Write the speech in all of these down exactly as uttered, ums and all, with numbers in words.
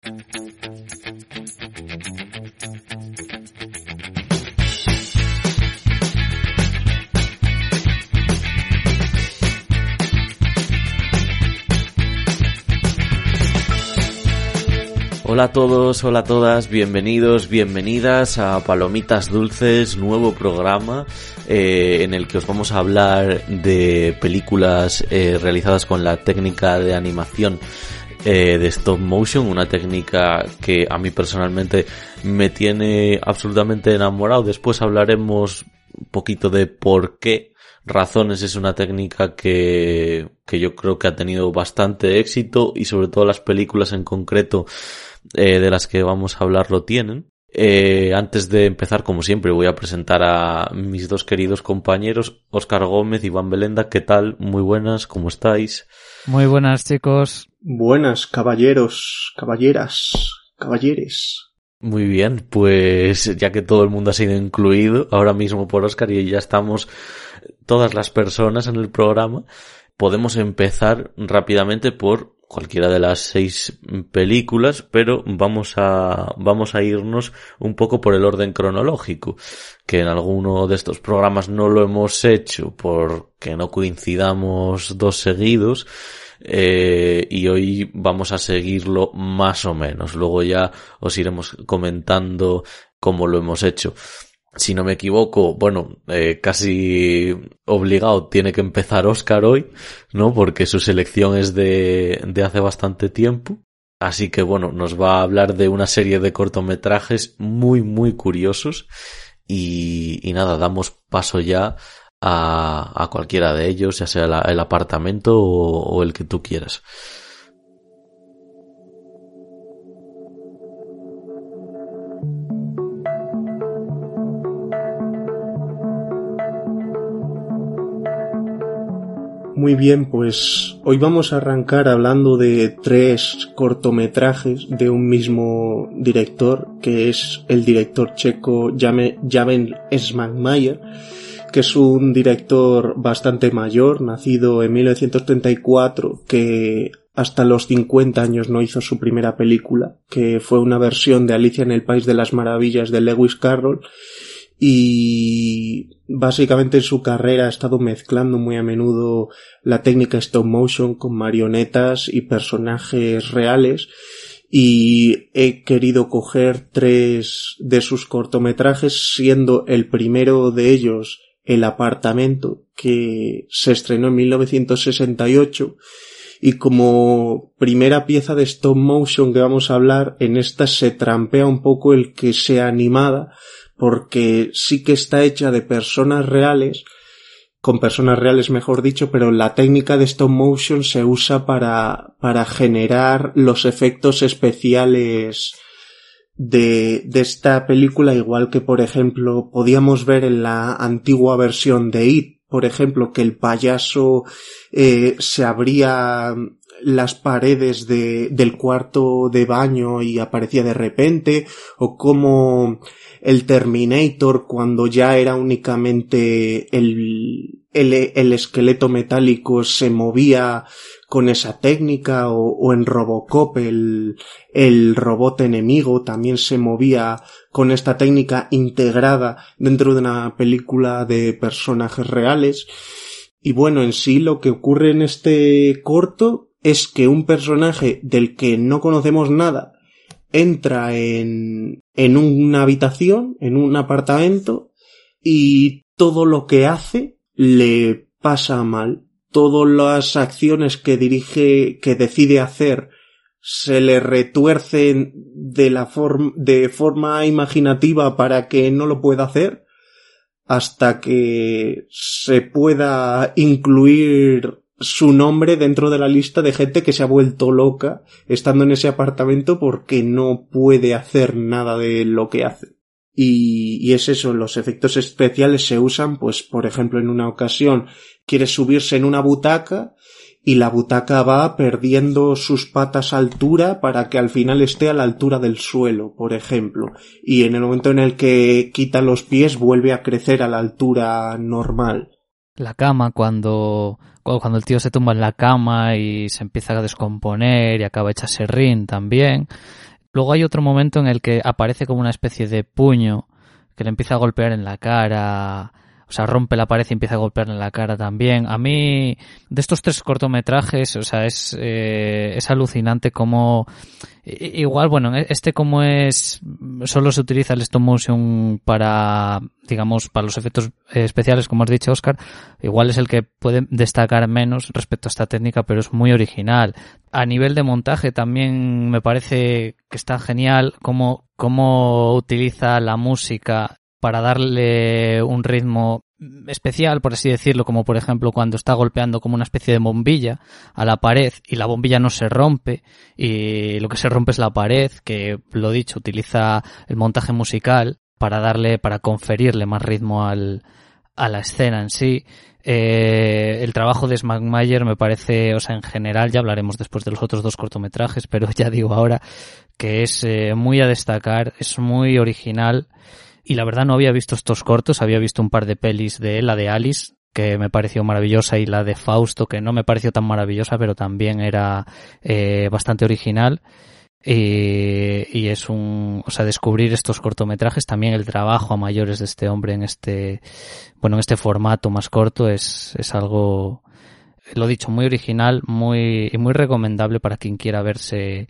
Hola a todos, hola a todas, bienvenidos, bienvenidas a Palomitas Dulces, nuevo programa eh, en el que os vamos a hablar de películas eh, realizadas con la técnica de animación eh, de stop motion, una técnica que a mí personalmente me tiene absolutamente enamorado. Después hablaremos un poquito de por qué razones es una técnica que, que yo creo que ha tenido bastante éxito y sobre todo las películas en concreto Eh, de las que vamos a hablar lo tienen. Eh, antes de empezar, como siempre, voy a presentar a mis dos queridos compañeros, Óscar Gómez y Iván Belenda. ¿Qué tal? Muy buenas, ¿cómo estáis? Muy buenas, chicos. Buenas, caballeros, caballeras, caballeres. Muy bien, pues ya que todo el mundo ha sido incluido ahora mismo por Óscar y ya estamos todas las personas en el programa, podemos empezar rápidamente por cualquiera de las seis películas, pero vamos a vamos a irnos un poco por el orden cronológico, que en alguno de estos programas no lo hemos hecho porque no coincidamos dos seguidos, eh, y hoy vamos a seguirlo más o menos. Luego ya os iremos comentando cómo lo hemos hecho. Si no me equivoco, bueno, eh, casi obligado tiene que empezar Óscar hoy, ¿no? Porque su selección es de, de hace bastante tiempo. Así que bueno, nos va a hablar de una serie de cortometrajes muy, muy curiosos. Y, y nada, damos paso ya a, a cualquiera de ellos, ya sea la, el apartamento o, o el que tú quieras. Muy bien, pues hoy vamos a arrancar hablando de tres cortometrajes de un mismo director, que es el director checo Javen Švaňmajer, que es un director bastante mayor, nacido en mil novecientos treinta y cuatro, que hasta los cincuenta años no hizo su primera película, que fue una versión de Alicia en el País de las Maravillas de Lewis Carroll. Y básicamente en su carrera ha estado mezclando muy a menudo la técnica stop motion con marionetas y personajes reales, y he querido coger tres de sus cortometrajes, siendo el primero de ellos El apartamento, que se estrenó en mil novecientos sesenta y ocho, y como primera pieza de stop motion que vamos a hablar, en esta se trampea un poco el que sea animada, porque sí que está hecha de personas reales, con personas reales mejor dicho, pero la técnica de stop motion se usa para, para generar los efectos especiales de, de esta película, igual que por ejemplo podíamos ver en la antigua versión de It, por ejemplo, que el payaso eh, se abría las paredes de, del cuarto de baño y aparecía de repente, o como el Terminator, cuando ya era únicamente el, el, el esqueleto metálico, se movía con esa técnica, o, o en Robocop el, el robot enemigo también se movía con esta técnica integrada dentro de una película de personajes reales. Y bueno, en sí lo que ocurre en este corto es que un personaje del que no conocemos nada entra en, en una habitación, en un apartamento, y todo lo que hace le pasa mal. Todas las acciones que dirige, que decide hacer, se le retuercen de la forma, de forma imaginativa para que no lo pueda hacer, hasta que se pueda incluir su nombre dentro de la lista de gente que se ha vuelto loca estando en ese apartamento porque no puede hacer nada de lo que hace. Y, y es eso, los efectos especiales se usan, pues por ejemplo en una ocasión quiere subirse en una butaca y la butaca va perdiendo sus patas a altura para que al final esté a la altura del suelo, por ejemplo, y en el momento en el que quita los pies vuelve a crecer a la altura normal. La cama, cuando, cuando el tío se tumba en la cama y se empieza a descomponer y acaba hecha serrín también. Luego hay otro momento en el que aparece como una especie de puño que le empieza a golpear en la cara, o sea, rompe la pared y empieza a golpearle en la cara también. A mí, de estos tres cortometrajes, o sea, es eh, es alucinante cómo, igual, bueno, este como es, solo se utiliza el stop motion para, digamos, para los efectos especiales, como has dicho, Óscar, igual es el que puede destacar menos respecto a esta técnica, pero es muy original. A nivel de montaje también me parece que está genial cómo, cómo utiliza la música para darle un ritmo especial, por así decirlo, como por ejemplo cuando está golpeando como una especie de bombilla a la pared y la bombilla no se rompe y lo que se rompe es la pared, que, lo dicho, utiliza el montaje musical para darle, para conferirle más ritmo al, a la escena en sí. Eh, el trabajo de Smackmayer me parece, o sea, en general, ya hablaremos después de los otros dos cortometrajes, pero ya digo ahora que es eh, muy a destacar, es muy original. Y la verdad no había visto estos cortos, había visto un par de pelis de él, la de Alice, que me pareció maravillosa, y la de Fausto, que no me pareció tan maravillosa, pero también era eh, bastante original. Y, y es un, o sea, descubrir estos cortometrajes, también el trabajo a mayores de este hombre en este, bueno, en este formato más corto es, es algo, lo dicho, muy original, muy, y muy recomendable para quien quiera verse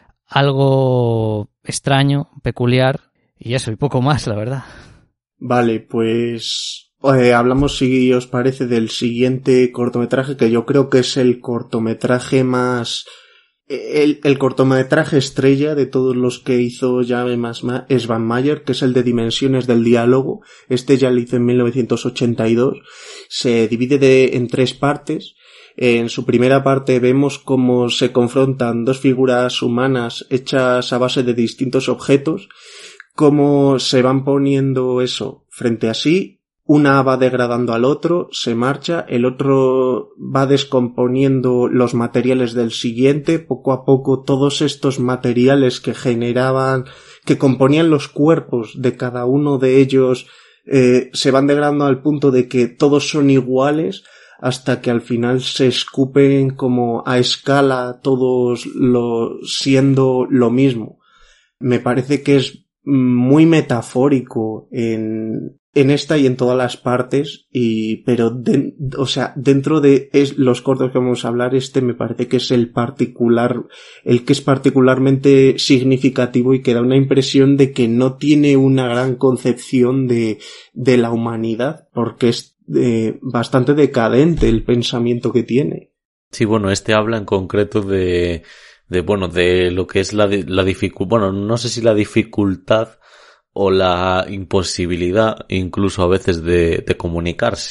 algo extraño, peculiar. Y eso, y poco más, la verdad. Vale, pues eh, hablamos, si os parece, del siguiente cortometraje, que yo creo que es el cortometraje más... El, el cortometraje estrella de todos los que hizo James Svanmeier, que es el de Dimensiones del Diálogo. Este ya lo hizo en mil novecientos ochenta y dos. Se divide de, en tres partes. En su primera parte vemos cómo se confrontan dos figuras humanas hechas a base de distintos objetos, cómo se van poniendo eso frente a sí, una va degradando al otro, se marcha, el otro va descomponiendo los materiales del siguiente, poco a poco todos estos materiales que generaban, que componían los cuerpos de cada uno de ellos, eh, se van degradando al punto de que todos son iguales, hasta que al final se escupen como a escala, todos lo, siendo lo mismo. Me parece que es muy metafórico en, en esta y en todas las partes, y, pero, de, o sea, dentro de es, los cortos que vamos a hablar, este me parece que es el particular, el que es particularmente significativo y que da una impresión de que no tiene una gran concepción de, de la humanidad, porque es eh, bastante decadente el pensamiento que tiene. Sí, bueno, este habla en concreto de, de bueno, de lo que es la, la dificultad, bueno, no sé si la dificultad o la imposibilidad, incluso a veces, de, de comunicarse,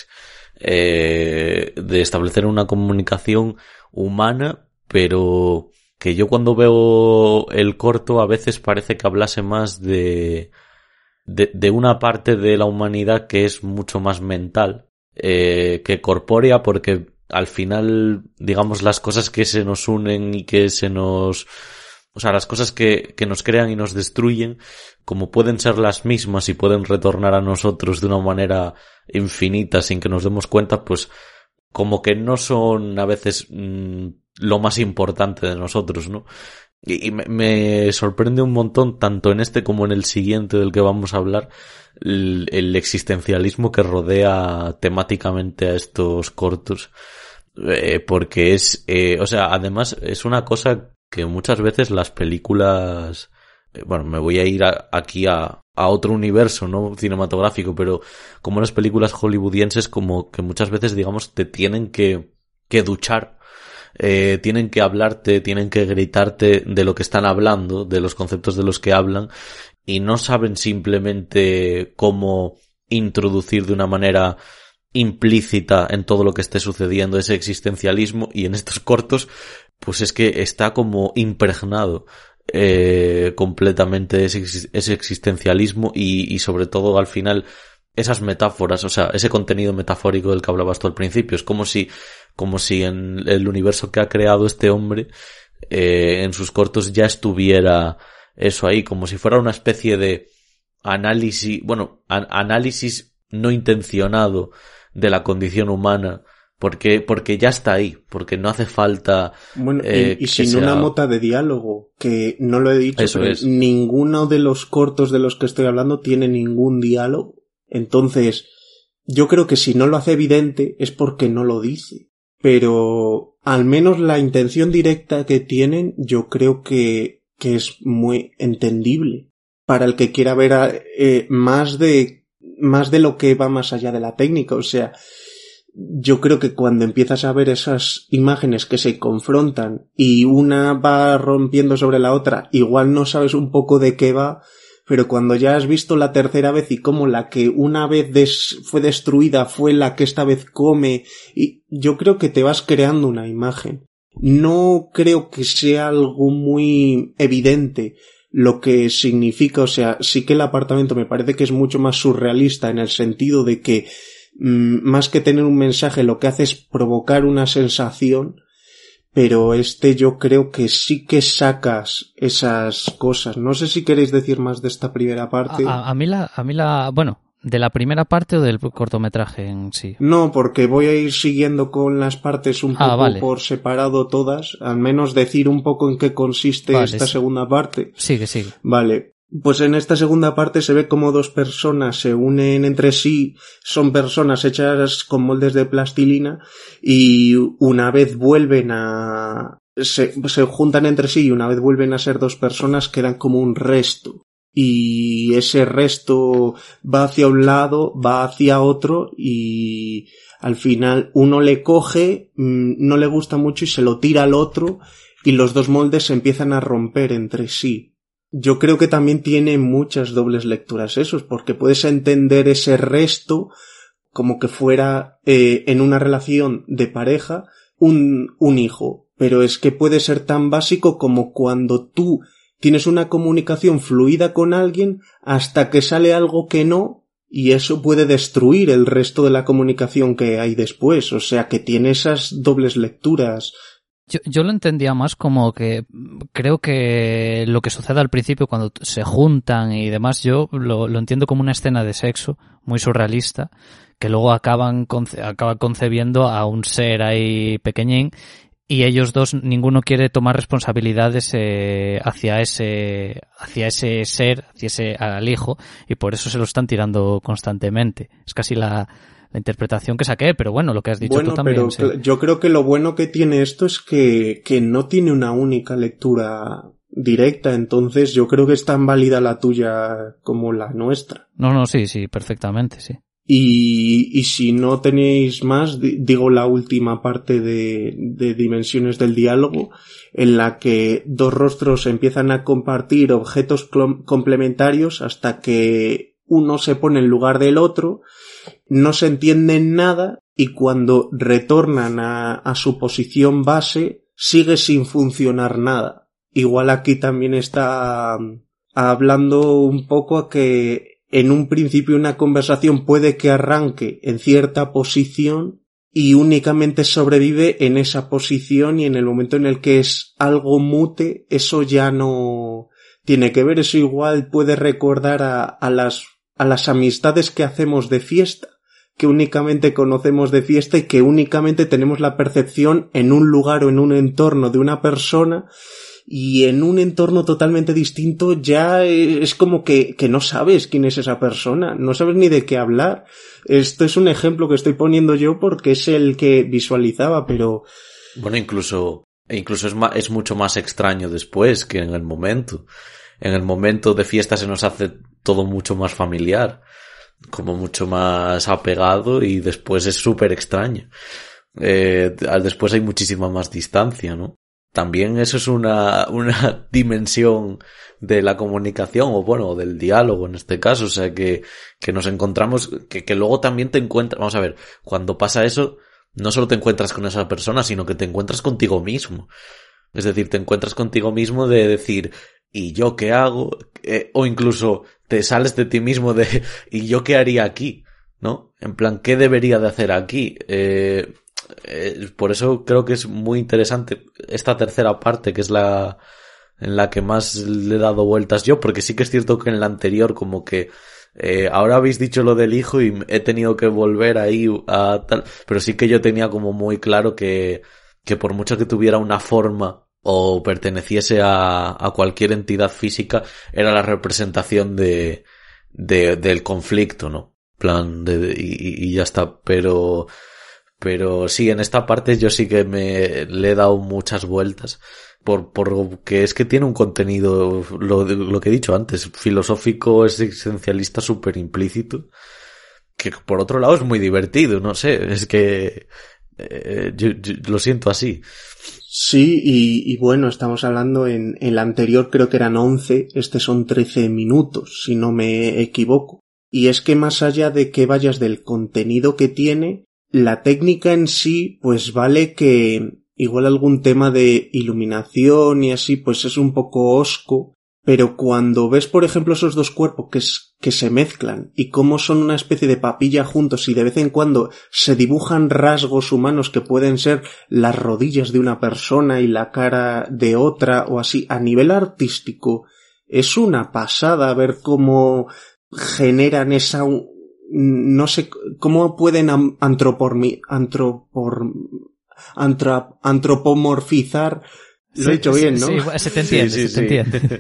eh, de establecer una comunicación humana, pero que yo cuando veo el corto a veces parece que hablase más de, de, de una parte de la humanidad que es mucho más mental, eh, que corpórea, porque al final, digamos, las cosas que se nos unen y que se nos, o sea, las cosas que, que nos crean y nos destruyen, como pueden ser las mismas y pueden retornar a nosotros de una manera infinita sin que nos demos cuenta, pues como que no son a veces mmm, lo más importante de nosotros, ¿no? Y, y me, me sorprende un montón, tanto en este como en el siguiente del que vamos a hablar, el, el existencialismo que rodea temáticamente a estos cortos. Eh, porque es, eh, o sea, además es una cosa que muchas veces las películas, eh, bueno, me voy a ir a, aquí a, a otro universo, ¿no? Cinematográfico, pero como las películas hollywoodienses, como que muchas veces, digamos, te tienen que, que duchar, eh, tienen que hablarte, tienen que gritarte de lo que están hablando, de los conceptos de los que hablan, y no saben simplemente cómo introducir de una manera implícita en todo lo que esté sucediendo ese existencialismo, y en estos cortos pues es que está como impregnado eh, completamente ese, ese existencialismo y, y sobre todo al final esas metáforas, o sea, ese contenido metafórico del que hablabas tú al principio. Es como si como si en el universo que ha creado este hombre eh, en sus cortos ya estuviera eso ahí, como si fuera una especie de análisis, bueno, an- análisis no intencionado de la condición humana Porque, porque ya está ahí, porque no hace falta... Bueno, eh, y, y sin sea... una mota de diálogo, que no lo he dicho, Eso pero es. ninguno de los cortos de los que estoy hablando tiene ningún diálogo. Entonces, yo creo que si no lo hace evidente es porque no lo dice. Pero al menos la intención directa que tienen, yo creo que, que es muy entendible. Para el que quiera ver a, eh, más de, más de lo que va más allá de la técnica, o sea... Yo creo que cuando empiezas a ver esas imágenes que se confrontan y una va rompiendo sobre la otra, igual no sabes un poco de qué va, pero cuando ya has visto la tercera vez y cómo la que una vez des- fue destruida fue la que esta vez come, y yo creo que te vas creando una imagen. No creo que sea algo muy evidente lo que significa, o sea, sí que el apartamento me parece que es mucho más surrealista en el sentido de que más que tener un mensaje lo que hace es provocar una sensación, pero este yo creo que sí que sacas esas cosas. No sé si queréis decir más de esta primera parte. A, a mí la, a mí la, bueno, ¿de la primera parte o del cortometraje en sí? No, porque voy a ir siguiendo con las partes un ah, poco vale. por separado todas, al menos decir un poco en qué consiste vale, esta sí. segunda parte. Sigue, sigue. Vale. Pues en esta segunda parte se ve como dos personas se unen entre sí, son personas hechas con moldes de plastilina y una vez vuelven a... se, se juntan entre sí y una vez vuelven a ser dos personas quedan como un resto. Y ese resto va hacia un lado, va hacia otro y al final uno le coge, no le gusta mucho y se lo tira al otro y los dos moldes se empiezan a romper entre sí. Yo creo que también tiene muchas dobles lecturas esos, porque puedes entender ese resto como que fuera eh, en una relación de pareja un, un hijo, pero es que puede ser tan básico como cuando tú tienes una comunicación fluida con alguien hasta que sale algo que no, y eso puede destruir el resto de la comunicación que hay después, o sea que tiene esas dobles lecturas. Yo, yo lo entendía más como que creo que lo que sucede al principio cuando se juntan y demás, yo lo, lo entiendo como una escena de sexo muy surrealista, que luego acaban conce- acaba concebiendo a un ser ahí pequeñín y ellos dos, ninguno quiere tomar responsabilidades eh, hacia ese hacia ese ser, hacia ese al hijo, y por eso se lo están tirando constantemente. Es casi la la interpretación que saqué, pero bueno, lo que has dicho bueno, tú también. Pero sí. Yo creo que lo bueno que tiene esto es que, que no tiene una única lectura directa, entonces yo creo que es tan válida la tuya como la nuestra. No, no, sí, sí, perfectamente, sí. Y, y si no tenéis más, digo la última parte de, de Dimensiones del Diálogo, en la que dos rostros empiezan a compartir objetos complementarios hasta que uno se pone en lugar del otro, no se entienden nada y cuando retornan a, a su posición base sigue sin funcionar nada. Igual aquí también está hablando un poco a que en un principio una conversación puede que arranque en cierta posición y únicamente sobrevive en esa posición, y en el momento en el que es algo mute, eso ya no tiene que ver. Eso igual puede recordar a, a las a las amistades que hacemos de fiesta, que únicamente conocemos de fiesta y que únicamente tenemos la percepción en un lugar o en un entorno de una persona, y en un entorno totalmente distinto ya es como que, que no sabes quién es esa persona, no sabes ni de qué hablar. Esto es un ejemplo que estoy poniendo yo porque es el que visualizaba, pero... Bueno, incluso, incluso es, ma- es mucho más extraño después que en el momento. En el momento de fiesta se nos hace todo mucho más familiar, como mucho más apegado, y después es súper extraño. Eh, después hay muchísima más distancia, ¿no? También eso es una, una dimensión de la comunicación, o bueno, del diálogo en este caso, o sea que, que nos encontramos, que, que luego también te encuentras, vamos a ver, cuando pasa eso, no solo te encuentras con esa persona, sino que te encuentras contigo mismo. Es decir, te encuentras contigo mismo de decir, ¿y yo qué hago? Eh, o incluso te sales de ti mismo de, ¿y yo qué haría aquí? ¿No? En plan, ¿qué debería de hacer aquí? Eh, eh, por eso creo que es muy interesante esta tercera parte, que es la en la que más le he dado vueltas yo, porque sí que es cierto que en la anterior como que Eh, ahora habéis dicho lo del hijo y he tenido que volver ahí a tal, pero sí que yo tenía como muy claro que, que por mucho que tuviera una forma o perteneciese a, a cualquier entidad física, era la representación de, de, del conflicto, ¿no? Plan de, y, y ya está, pero, pero sí, en esta parte yo sí que me le he dado muchas vueltas. Por, porque es que tiene un contenido, lo, lo que he dicho antes, filosófico, existencialista súper implícito, que por otro lado es muy divertido, no sé, es que eh, yo, yo lo siento así. Sí, y, y bueno, estamos hablando en, en la anterior creo que eran once, este son trece minutos, si no me equivoco. Y es que más allá de que vayas del contenido que tiene, la técnica en sí, pues vale que igual algún tema de iluminación y así, pues es un poco hosco, pero cuando ves, por ejemplo, esos dos cuerpos que, es, que se mezclan y cómo son una especie de papilla juntos y de vez en cuando se dibujan rasgos humanos que pueden ser las rodillas de una persona y la cara de otra o así, a nivel artístico, es una pasada ver cómo generan esa... no sé, cómo pueden antropor... antropor Antra, antropomorfizar, lo sí, he dicho bien, ¿no? Sí, se te entiende, sí, sí, se te sí. entiende.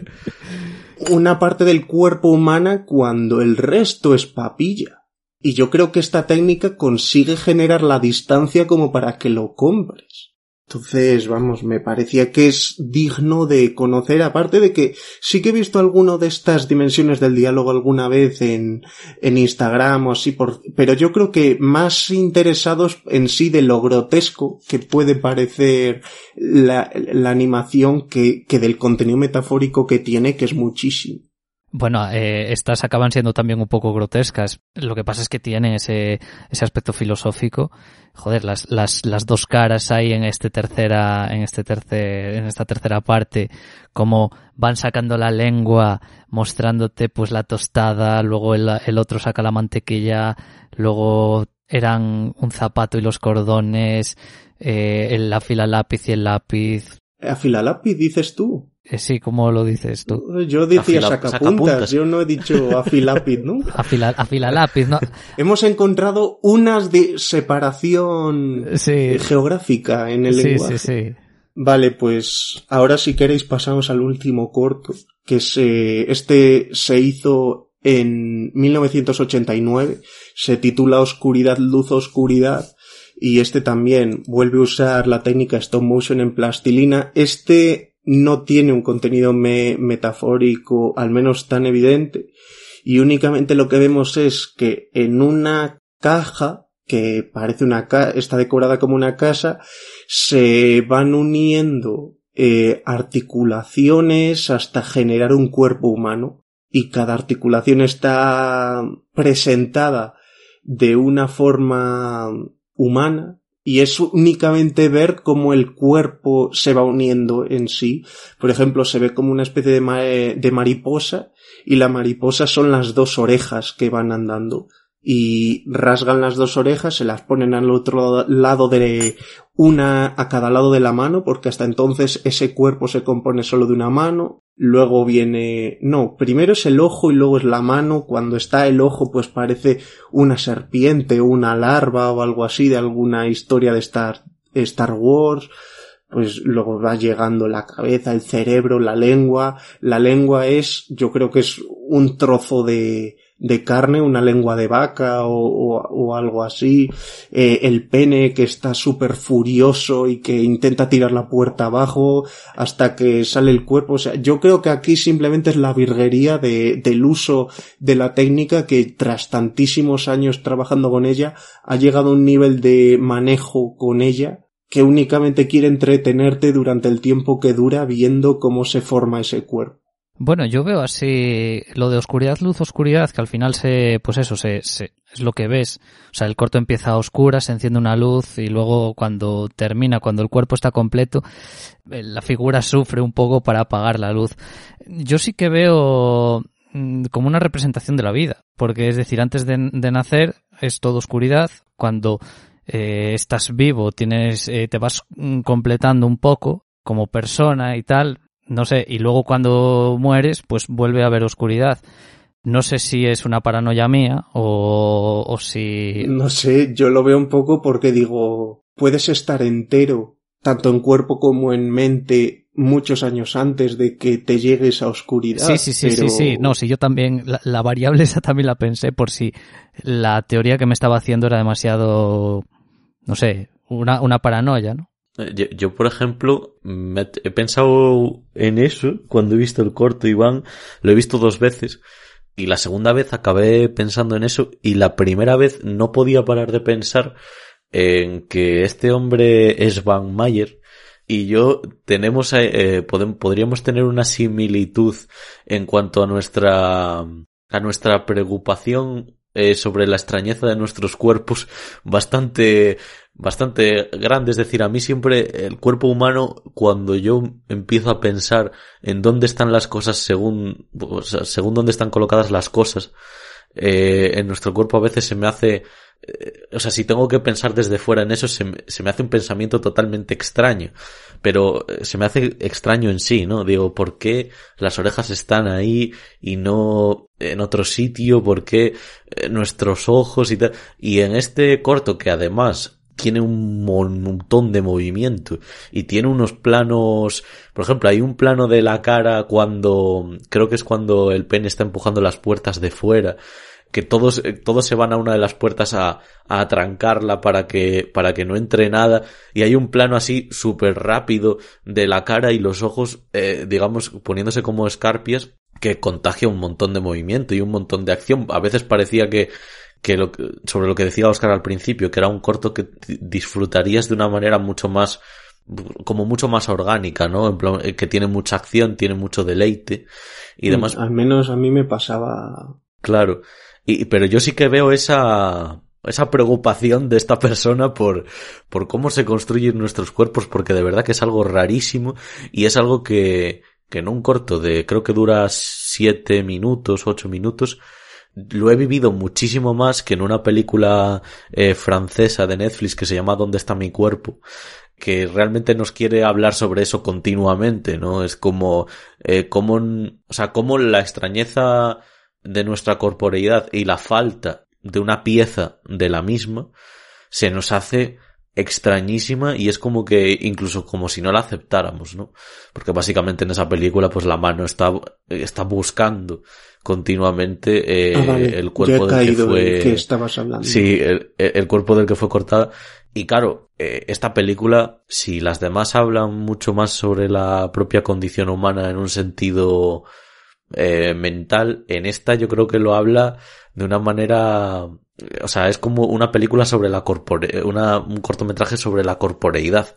Una parte del cuerpo humana cuando el resto es papilla. Y yo creo que esta técnica consigue generar la distancia como para que lo compres. Entonces, vamos, me parecía que es digno de conocer, aparte de que sí que he visto alguno de estas dimensiones del diálogo alguna vez en, en Instagram o así, por, pero yo creo que más interesados en sí de lo grotesco que puede parecer la, la animación que, que del contenido metafórico que tiene, que es muchísimo. Bueno, eh, estas acaban siendo también un poco grotescas. Lo que pasa es que tienen ese, ese aspecto filosófico. Joder, las, las, las dos caras ahí en este tercera, en este tercer, en esta tercera parte, como van sacando la lengua, mostrándote pues la tostada, luego el, el otro saca la mantequilla, luego eran un zapato y los cordones, eh, el afila lápiz y el lápiz. ¿Afila lápiz dices tú? Eh, sí, ¿cómo lo dices tú? Yo decía Afila, sacapuntas, sacapuntas. Yo no he dicho afilápiz, ¿no? Afila, afila lápiz, ¿no? Hemos encontrado unas de separación Sí. geográfica en el Sí, lenguaje. sí, sí. Vale, pues ahora si queréis pasamos al último corto, que se, este se hizo en mil novecientos ochenta y nueve, se titula Oscuridad, Luz, Oscuridad, y este también vuelve a usar la técnica stop motion en plastilina. Este no tiene un contenido me- metafórico, al menos tan evidente, y únicamente lo que vemos es que en una caja, que parece una ca- está decorada como una casa, se van uniendo eh, articulaciones hasta generar un cuerpo humano, y cada articulación está presentada de una forma humana, y es únicamente ver cómo el cuerpo se va uniendo en sí. Por ejemplo, se ve como una especie de, ma- de mariposa, y la mariposa son las dos orejas que van andando. Y rasgan las dos orejas, se las ponen al otro lado de una a cada lado de la mano, porque hasta entonces ese cuerpo se compone solo de una mano. Luego viene, no, primero es el ojo y luego es la mano. Cuando está el ojo pues parece una serpiente, una larva o algo así de alguna historia de Star, Star Wars. Pues luego va llegando la cabeza, el cerebro, la lengua. La lengua es, yo creo que es un trozo de, de carne, una lengua de vaca o, o, o algo así. Eh, el pene que está súper furioso y que intenta tirar la puerta abajo hasta que sale el cuerpo. O sea, yo creo que aquí simplemente es la virguería de, del uso de la técnica, que tras tantísimos años trabajando con ella ha llegado a un nivel de manejo con ella que únicamente quiere entretenerte durante el tiempo que dura viendo cómo se forma ese cuerpo. Bueno, yo veo así lo de oscuridad, luz, oscuridad, que al final se, pues eso, se, se, es lo que ves. O sea, el corto empieza a oscuras, se enciende una luz y luego cuando termina, cuando el cuerpo está completo, la figura sufre un poco para apagar la luz. Yo sí que veo como una representación de la vida, porque es decir, antes de, de nacer es todo oscuridad, cuando eh, estás vivo, tienes, eh, te vas completando un poco como persona y tal, no sé, y luego cuando mueres, pues vuelve a haber oscuridad. no sé si es una paranoia mía o, o si... No sé, yo lo veo un poco porque digo, puedes estar entero, tanto en cuerpo como en mente, muchos años antes de que te llegue esa oscuridad. Sí, sí, sí, pero... sí, sí. No, si yo también, la, la variable esa también la pensé por si la teoría que me estaba haciendo era demasiado, no sé, una, una paranoia, ¿no? Yo, yo, por ejemplo, me he pensado en eso cuando he visto el corto, Iván, lo he visto dos veces, y la segunda vez acabé pensando en eso, y la primera vez no podía parar de pensar en que este hombre es Van Mayer, y yo tenemos, eh, podemos, podríamos tener una similitud en cuanto a nuestra, a nuestra preocupación eh, sobre la extrañeza de nuestros cuerpos bastante, bastante grande. Es decir, a mí siempre el cuerpo humano, cuando yo empiezo a pensar en dónde están las cosas según, o sea, según dónde están colocadas las cosas, eh, en nuestro cuerpo a veces se me hace, o sea, si tengo que pensar desde fuera en eso, se me, se me hace un pensamiento totalmente extraño, pero se me hace extraño en sí, ¿no? Digo, ¿por qué las orejas están ahí y no en otro sitio? ¿Por qué nuestros ojos y tal? Y en este corto, que además tiene un montón de movimiento y tiene unos planos, por ejemplo, hay un plano de la cara cuando, creo que es cuando el pene está empujando las puertas de fuera, que todos, todos se van a una de las puertas a, a atrancarla para que, para que no entre nada, y hay un plano así súper rápido de la cara y los ojos, eh, digamos, poniéndose como escarpias, que contagia un montón de movimiento y un montón de acción. A veces parecía que, que lo, sobre lo que decía Óscar al principio, que era un corto que disfrutarías de una manera mucho más, como mucho más orgánica, ¿no? En plan, que tiene mucha acción, tiene mucho deleite y demás. Al menos a mí me pasaba. Claro. Y, pero yo sí que veo esa, esa preocupación de esta persona por, por cómo se construyen nuestros cuerpos, porque de verdad que es algo rarísimo y es algo que, que en un corto de, creo que dura siete minutos, ocho minutos, lo he vivido muchísimo más que en una película eh, francesa de Netflix que se llama ¿Dónde está mi cuerpo?, que realmente nos quiere hablar sobre eso continuamente, ¿no? Es como, eh, como, o sea, como la extrañeza de nuestra corporeidad y la falta de una pieza de la misma se nos hace extrañísima, y es como que incluso como si no la aceptáramos, ¿no? Porque básicamente en esa película pues la mano está, está buscando continuamente eh, ah, vale. el cuerpo del que fue... ¿Qué estabas hablando? Sí, el, el cuerpo del que fue cortada. Y claro, eh, esta película, si las demás hablan mucho más sobre la propia condición humana en un sentido Eh, mental, en esta yo creo que lo habla de una manera, o sea, es como una película sobre la corpore, una, un cortometraje sobre la corporeidad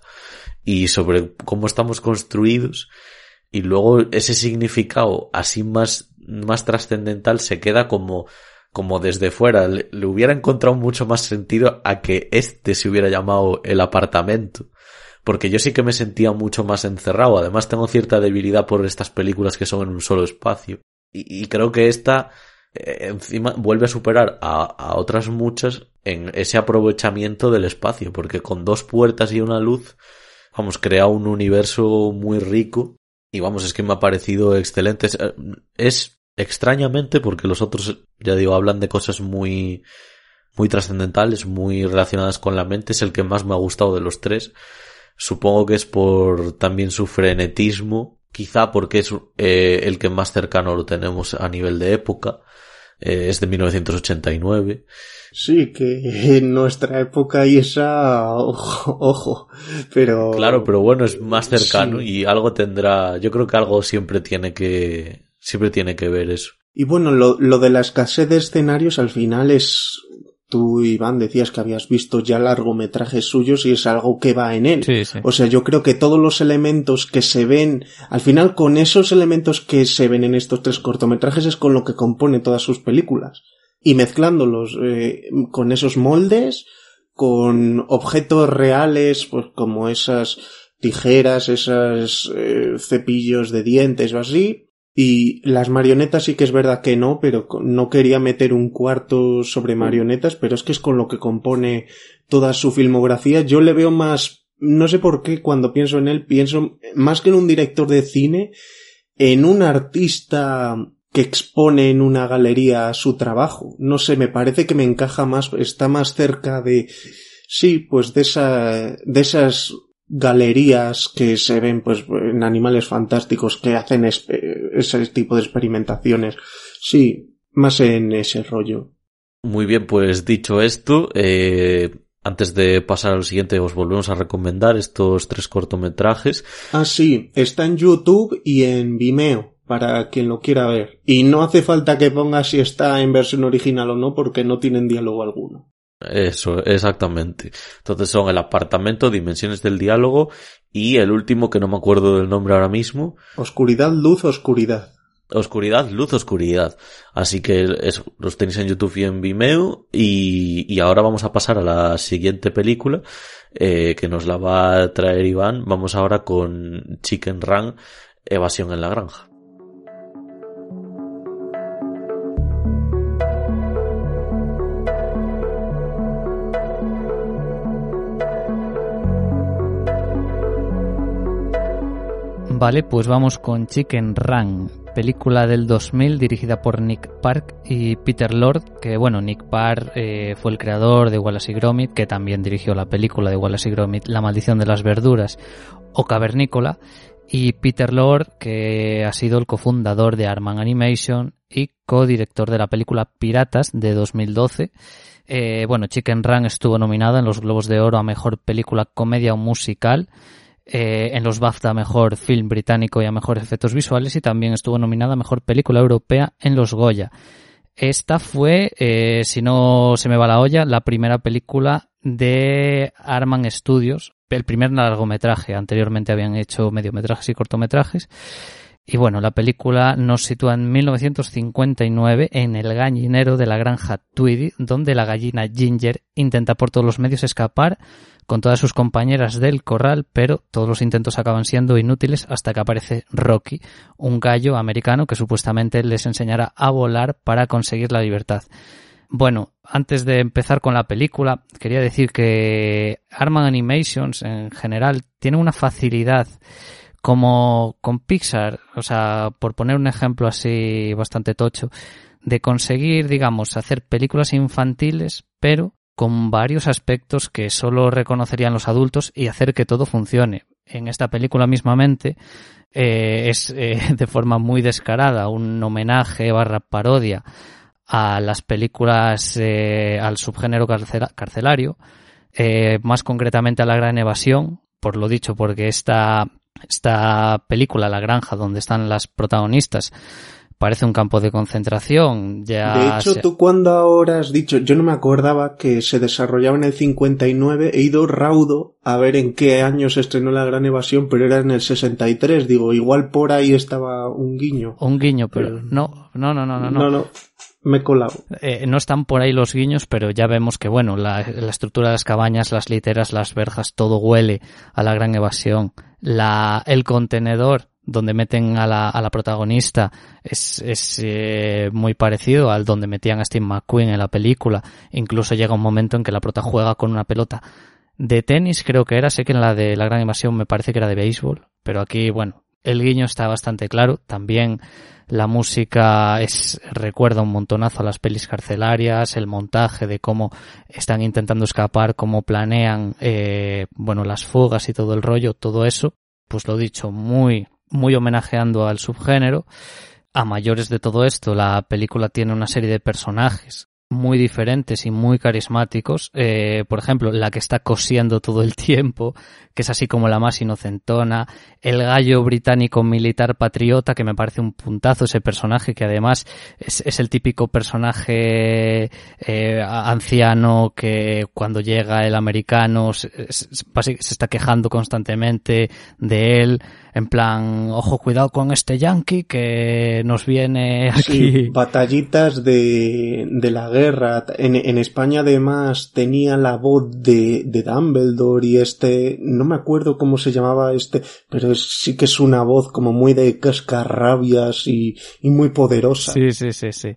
y sobre cómo estamos construidos, y luego ese significado así más, más trascendental se queda como, como desde fuera. Le, le hubiera encontrado mucho más sentido a que este se hubiera llamado El apartamento, porque yo sí que me sentía mucho más encerrado. Además tengo cierta debilidad por estas películas que son en un solo espacio, y, y creo que esta eh, encima vuelve a superar a, a otras muchas en ese aprovechamiento del espacio, porque con dos puertas y una luz, vamos, crea un universo muy rico, y vamos, es que me ha parecido excelente. Es, es extrañamente, porque los otros, ya digo, hablan de cosas muy muy trascendentales, muy relacionadas con la mente, es el que más me ha gustado de los tres. Supongo que es por también su frenetismo, quizá porque es eh, el que más cercano lo tenemos a nivel de época, eh, es de mil novecientos ochenta y nueve. Sí, que en nuestra época y esa, ojo, ojo, pero... Claro, pero bueno, es más cercano, sí. Y algo tendrá, yo creo que algo siempre tiene que, siempre tiene que ver eso. Y bueno, lo, lo de la escasez de escenarios al final es... Tú, Iván, decías que habías visto ya largometrajes suyos y es algo que va en él. Sí, sí. O sea, yo creo que todos los elementos que se ven, al final con esos elementos que se ven en estos tres cortometrajes es con lo que compone todas sus películas. Y mezclándolos eh, con esos moldes, con objetos reales, pues como esas tijeras, esos eh, cepillos de dientes o así. Y las marionetas sí que es verdad que no, pero no quería meter un cuarto sobre marionetas, pero es que es con lo que compone toda su filmografía. Yo le veo más, no sé por qué cuando pienso en él, pienso más que en un director de cine, en un artista que expone en una galería su trabajo. No sé, me parece que me encaja más, está más cerca de, sí, pues de esa, de esas galerías que se ven pues en Animales Fantásticos que hacen ese tipo de experimentaciones. Sí, más en ese rollo. Muy bien, pues dicho esto, eh, antes de pasar al siguiente os volvemos a recomendar estos tres cortometrajes. Ah, sí, está en YouTube y en Vimeo, para quien lo quiera ver. Y no hace falta que ponga si está en versión original o no, porque no tienen diálogo alguno. Eso, exactamente. Entonces son El apartamento, Dimensiones del diálogo y el último que no me acuerdo del nombre ahora mismo. Oscuridad, luz, oscuridad. Oscuridad, luz, oscuridad. Así que eso, los tenéis en YouTube y en Vimeo. Y, y ahora vamos a pasar a la siguiente película, eh, que nos la va a traer Iván. Vamos ahora con Chicken Run, Evasión en la granja. Vale, pues vamos con Chicken Run, película del dos mil dirigida por Nick Park y Peter Lord, que bueno, Nick Park eh, fue el creador de Wallace y Gromit, que también dirigió la película de Wallace y Gromit, La maldición de las verduras o Cavernícola, y Peter Lord, que ha sido el cofundador de Aardman Animation y codirector de la película Piratas de dos mil doce. Eh, bueno, Chicken Run estuvo nominada en los Globos de Oro a Mejor Película Comedia o Musical, Eh, en los BAFTA a Mejor Film Británico y a Mejores Efectos Visuales, y también estuvo nominada a Mejor Película Europea en los Goya. Esta fue, eh, si no se me va la olla, la primera película de Aardman Studios, el primer largometraje. Anteriormente habían hecho mediometrajes y cortometrajes. Y bueno, la película nos sitúa en mil novecientos cincuenta y nueve en el gallinero de la granja Tweedy, donde la gallina Ginger intenta por todos los medios escapar con todas sus compañeras del corral, pero todos los intentos acaban siendo inútiles hasta que aparece Rocky, un gallo americano que supuestamente les enseñará a volar para conseguir la libertad. Bueno, antes de empezar con la película, quería decir que Aardman Animations en general tiene una facilidad como con Pixar, o sea, por poner un ejemplo así bastante tocho, de conseguir, digamos, hacer películas infantiles, pero con varios aspectos que solo reconocerían los adultos y hacer que todo funcione. En esta película mismamente eh, es eh, de forma muy descarada un homenaje barra parodia a las películas, eh, al subgénero carcel- carcelario, eh, más concretamente a La Gran Evasión, por lo dicho, porque esta, esta película, La Granja, donde están las protagonistas, parece un campo de concentración. Ya de hecho, se... tú cuando ahora has dicho, yo no me acordaba que se desarrollaba en el cincuenta y nueve, he ido raudo a ver en qué año se estrenó La Gran Evasión, pero era en el sesenta y tres, digo, igual por ahí estaba un guiño. Un guiño, pero, pero... no, no, no, no, no. No, no. Me he colado. Eh, no están por ahí los guiños, pero ya vemos que, bueno, la, la estructura de las cabañas, las literas, las verjas, todo huele a La Gran Evasión. La, el contenedor donde meten a la, a la protagonista es, es eh, muy parecido al donde metían a Steve McQueen en la película. Incluso llega un momento en que la prota juega con una pelota de tenis, creo que era. Sé que en la de La Gran Evasión me parece que era de béisbol, pero aquí, bueno, el guiño está bastante claro. También la música es, recuerda un montonazo a las pelis carcelarias, el montaje de cómo están intentando escapar, cómo planean, eh, bueno, las fugas y todo el rollo, todo eso, pues lo dicho, muy, muy homenajeando al subgénero. A mayores de todo esto, la película tiene una serie de personajes muy diferentes y muy carismáticos. Eh, por ejemplo, la que está cosiendo todo el tiempo, que es así como la más inocentona. El gallo británico militar patriota, que me parece un puntazo ese personaje, que además es, es el típico personaje eh, anciano que cuando llega el americano se, se, se está quejando constantemente de él. En plan, ojo, cuidado con este yankee que nos viene aquí. Sí, batallitas de, de la guerra. En, en España además tenía la voz de, de Dumbledore y este, no me acuerdo cómo se llamaba este, pero es, sí que es una voz como muy de cascarrabias y, y muy poderosa. Sí, sí, sí, sí.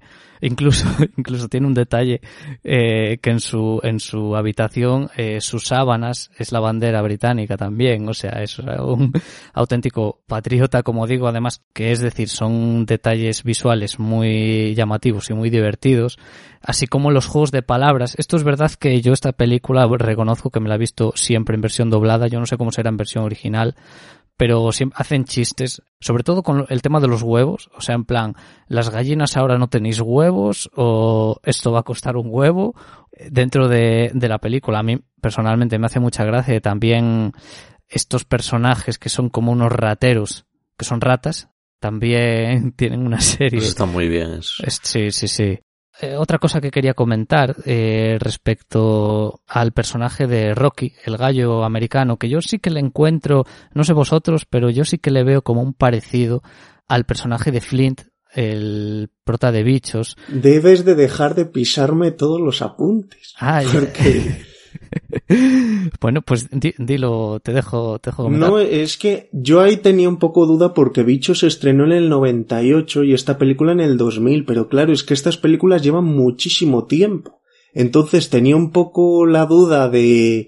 Incluso, incluso tiene un detalle eh, que en su en su habitación eh, sus sábanas es la bandera británica también, o sea, es un auténtico patriota, como digo, además que es decir, son detalles visuales muy llamativos y muy divertidos, así como los juegos de palabras. Esto es verdad que yo esta película reconozco que me la he visto siempre en versión doblada, yo no sé cómo será en versión original, pero siempre hacen chistes, sobre todo con el tema de los huevos, o sea, en plan, las gallinas ahora no tenéis huevos, o esto va a costar un huevo, dentro de, de la película. A mí, personalmente, me hace mucha gracia también estos personajes que son como unos rateros, que son ratas, también tienen una serie. Eso está muy bien, eso. Es, sí, sí, sí. Eh, otra cosa que quería comentar eh, respecto al personaje de Rocky, el gallo americano, que yo sí que le encuentro, no sé vosotros, pero yo sí que le veo como un parecido al personaje de Flint, el prota de Bichos. Debes de dejar de pisarme todos los apuntes. Ay, porque... Bueno, pues di, dilo, te dejo, te dejo comentar. No, es que yo ahí tenía un poco duda porque Bichos se estrenó en el noventa y ocho y esta película en el dos mil, pero claro, es que estas películas llevan muchísimo tiempo. Entonces tenía un poco la duda de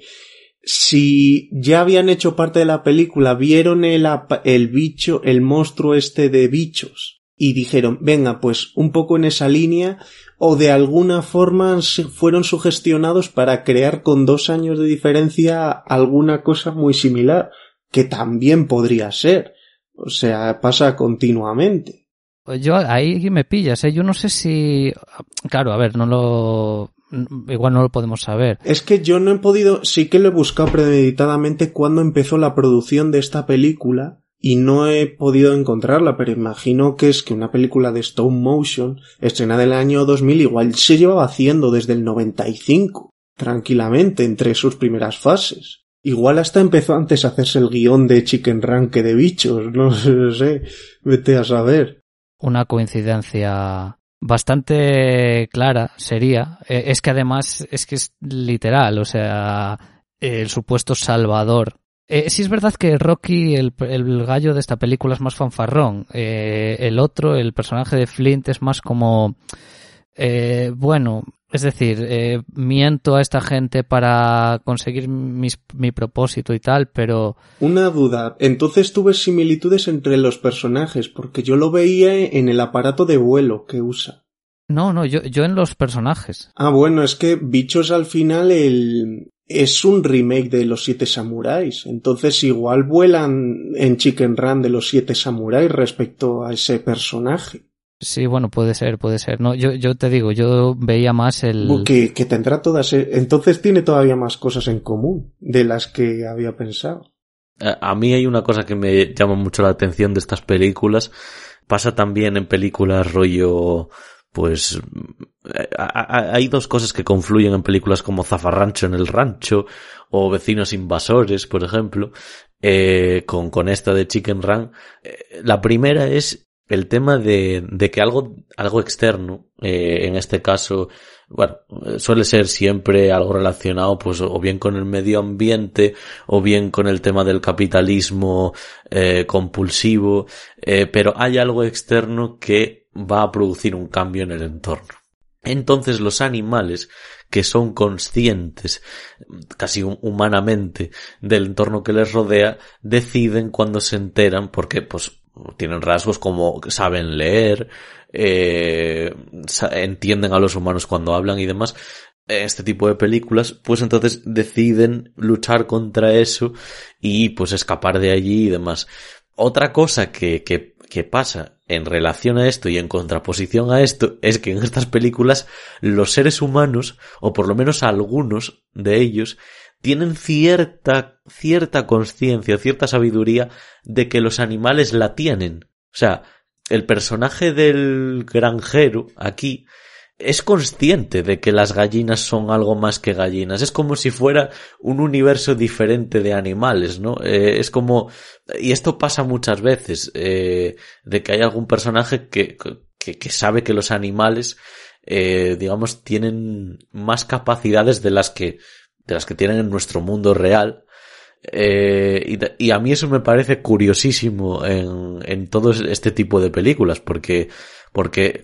si ya habían hecho parte de la película, vieron el, el bicho, el monstruo este de Bichos y dijeron, venga, pues un poco en esa línea, o de alguna forma fueron sugestionados para crear con dos años de diferencia alguna cosa muy similar, que también podría ser. O sea, pasa continuamente. Yo ahí me pillas, ¿eh? Yo no sé si... Claro, a ver, no lo... Igual no lo podemos saber. Es que yo no he podido... Sí que lo he buscado premeditadamente cuando empezó la producción de esta película y no he podido encontrarla, pero imagino que es que una película de stop motion estrenada en el año dos mil igual se llevaba haciendo desde el noventa y cinco, tranquilamente, entre sus primeras fases. Igual hasta empezó antes a hacerse el guión de Chicken Run que de Bichos, no sé, vete a saber. Una coincidencia bastante clara sería, eh, es que además es que es literal, o sea, el supuesto salvador. Eh, sí es verdad que Rocky, el, el gallo de esta película, es más fanfarrón. Eh, el otro, el personaje de Flint, es más como... Eh, bueno, es decir, eh, miento a esta gente para conseguir mis, mi propósito y tal, pero... Una duda. Entonces tuve similitudes entre los personajes, porque yo lo veía en el aparato de vuelo que usa. No, no, yo, yo en los personajes. Ah, bueno, es que Bichos al final el... es un remake de Los Siete Samuráis, entonces igual vuelan en Chicken Run de Los Siete Samuráis respecto a ese personaje. Sí, bueno, puede ser, puede ser. No, yo, yo te digo, yo veía más el... Que, que tendrá todas... Entonces tiene todavía más cosas en común de las que había pensado. A mí hay una cosa que me llama mucho la atención de estas películas. Pasa también en películas rollo... Pues hay dos cosas que confluyen en películas como Zafarrancho en el Rancho o Vecinos Invasores, por ejemplo, eh, con, con esta de Chicken Run. Eh, la primera es el tema de, de que algo, algo externo, eh, en este caso, bueno, suele ser siempre algo relacionado, pues, o bien con el medio ambiente, o bien con el tema del capitalismo, eh, compulsivo, eh, pero hay algo externo que va a producir un cambio en el entorno. Entonces los animales que son conscientes casi humanamente del entorno que les rodea deciden cuando se enteran, porque pues tienen rasgos como saben leer, eh, entienden a los humanos cuando hablan y demás, este tipo de películas, pues entonces deciden luchar contra eso y pues escapar de allí y demás. Otra cosa que, que, que pasa en relación a esto y en contraposición a esto es que en estas películas los seres humanos, o por lo menos algunos de ellos, tienen cierta, cierta conciencia, cierta sabiduría de que los animales la tienen. O sea, el personaje del granjero aquí es consciente de que las gallinas son algo más que gallinas. Es como si fuera un universo diferente de animales, ¿no? Eh, es como... Y esto pasa muchas veces, eh, de que hay algún personaje que, que, que sabe que los animales, eh, digamos, tienen más capacidades de las que, de las que tienen en nuestro mundo real. Eh, y, y a mí eso me parece curiosísimo en, en todo este tipo de películas, porque, porque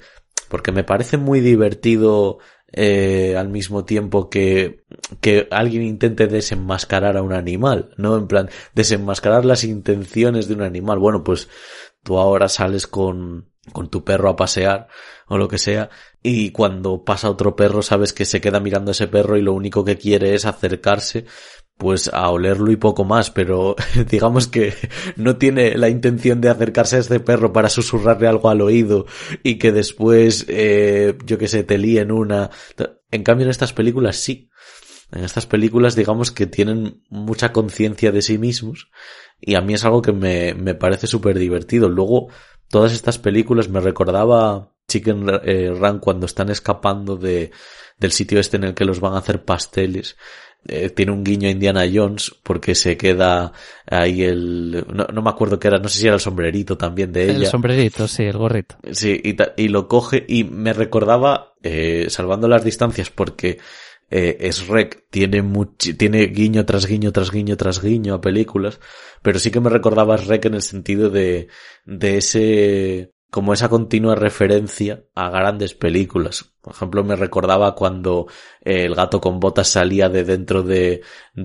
porque me parece muy divertido eh, al mismo tiempo que, que alguien intente desenmascarar a un animal, ¿no? En plan, desenmascarar las intenciones de un animal. Bueno, pues tú ahora sales con, con tu perro a pasear o lo que sea, y cuando pasa otro perro sabes que se queda mirando a ese perro y lo único que quiere es acercarse pues a olerlo y poco más, pero digamos que no tiene la intención de acercarse a este perro para susurrarle algo al oído y que después, eh, yo que sé, te líen una. En cambio en estas películas sí. En estas películas digamos que tienen mucha conciencia de sí mismos y a mí es algo que me, me parece súper divertido. Luego, todas estas películas me recordaba Chicken eh, Run cuando están escapando de del sitio este en el que los van a hacer pasteles. Eh, tiene un guiño a Indiana Jones porque se queda ahí el no, no me acuerdo qué era, no sé si era el sombrerito también de ella, el sombrerito, sí, el gorrito, sí, y, ta- y lo coge y me recordaba eh, salvando las distancias porque eh, Shrek tiene much- tiene guiño tras guiño tras guiño tras guiño a películas, pero sí que me recordaba a Shrek en el sentido de de ese como esa continua referencia a grandes películas. Por ejemplo, me recordaba cuando eh, el gato con botas salía de dentro de,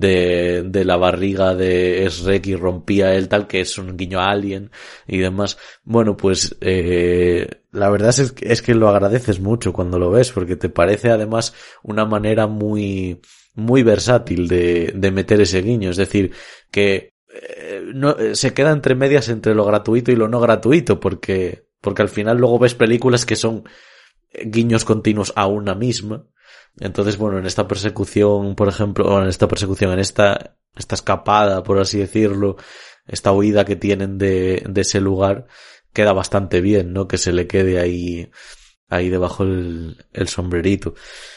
de, de la barriga de Shrek y rompía el tal, que es un guiño a Alien y demás. Bueno, pues eh, la verdad es que, es que lo agradeces mucho cuando lo ves, porque te parece además una manera muy, muy versátil de, de meter ese guiño. Es decir, que eh, no, se queda entre medias entre lo gratuito y lo no gratuito, porque porque al final luego ves películas que son guiños continuos a una misma. Entonces, bueno, en esta persecución, por ejemplo, o en esta persecución, en esta, esta escapada, por así decirlo, esta huida que tienen de, de ese lugar, queda bastante bien, ¿no? Que se le quede ahí, ahí debajo el, el sombrerito.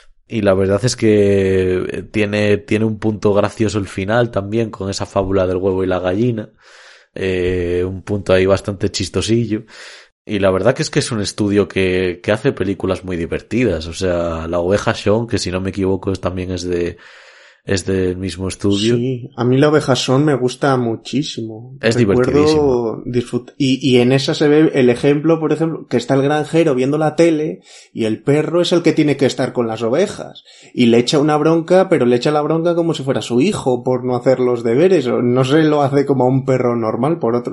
Y la verdad es que tiene, tiene un punto gracioso el final también, con esa fábula del huevo y la gallina. Eh, un punto ahí bastante chistosillo. Y la verdad que es que es un estudio que, que hace películas muy divertidas. O sea, La Oveja Shaun, que si no me equivoco es, también es de es del mismo estudio. Sí, a mí La Oveja Shaun me gusta muchísimo. Es Recuerdo divertidísimo. disfrut- y, y en esa se ve el ejemplo, por ejemplo, que está el granjero viendo la tele y el perro es el que tiene que estar con las ovejas. Y le echa una bronca, pero le echa la bronca como si fuera su hijo por no hacer los deberes. O no se lo hace como a un perro normal por otro.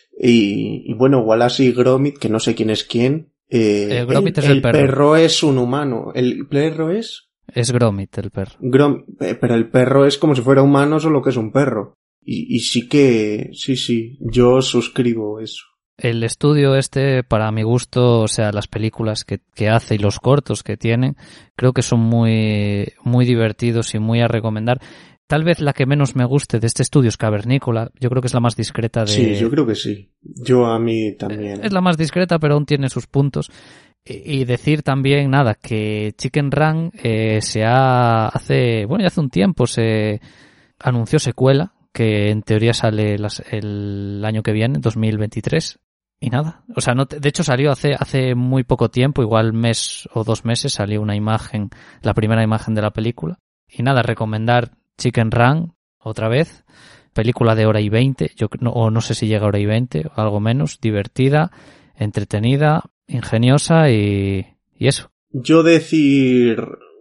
Y, y bueno, Wallace y Gromit, que no sé quién es quién. Eh, Eh, Gromit el, es el el perro. perro es un humano. El perro es... Es Gromit el perro. Grom, eh, pero el perro es como si fuera humano, solo que es un perro. Y, y sí que, sí, sí, yo suscribo eso. El estudio este, para mi gusto, o sea, las películas que, que hace y los cortos que tienen, creo que son muy, muy divertidos y muy a recomendar. Tal vez la que menos me guste de este estudio es Cavernícola. Yo creo que es la más discreta de... Sí, yo creo que sí. Yo a mí también. Es la más discreta, pero aún tiene sus puntos. Y decir también, nada, que Chicken Run eh, se ha... hace... bueno, ya hace un tiempo se anunció secuela, que en teoría sale las, el año que viene, dos mil veintitrés. Y nada, o sea, no, de hecho salió hace hace muy poco tiempo, igual mes o dos meses, salió una imagen, la primera imagen de la película. Y nada, recomendar Chicken Run, otra vez, película de hora y veinte, yo no, o no sé si llega a hora y veinte, o algo menos, divertida, entretenida, ingeniosa y, y eso. Yo decir,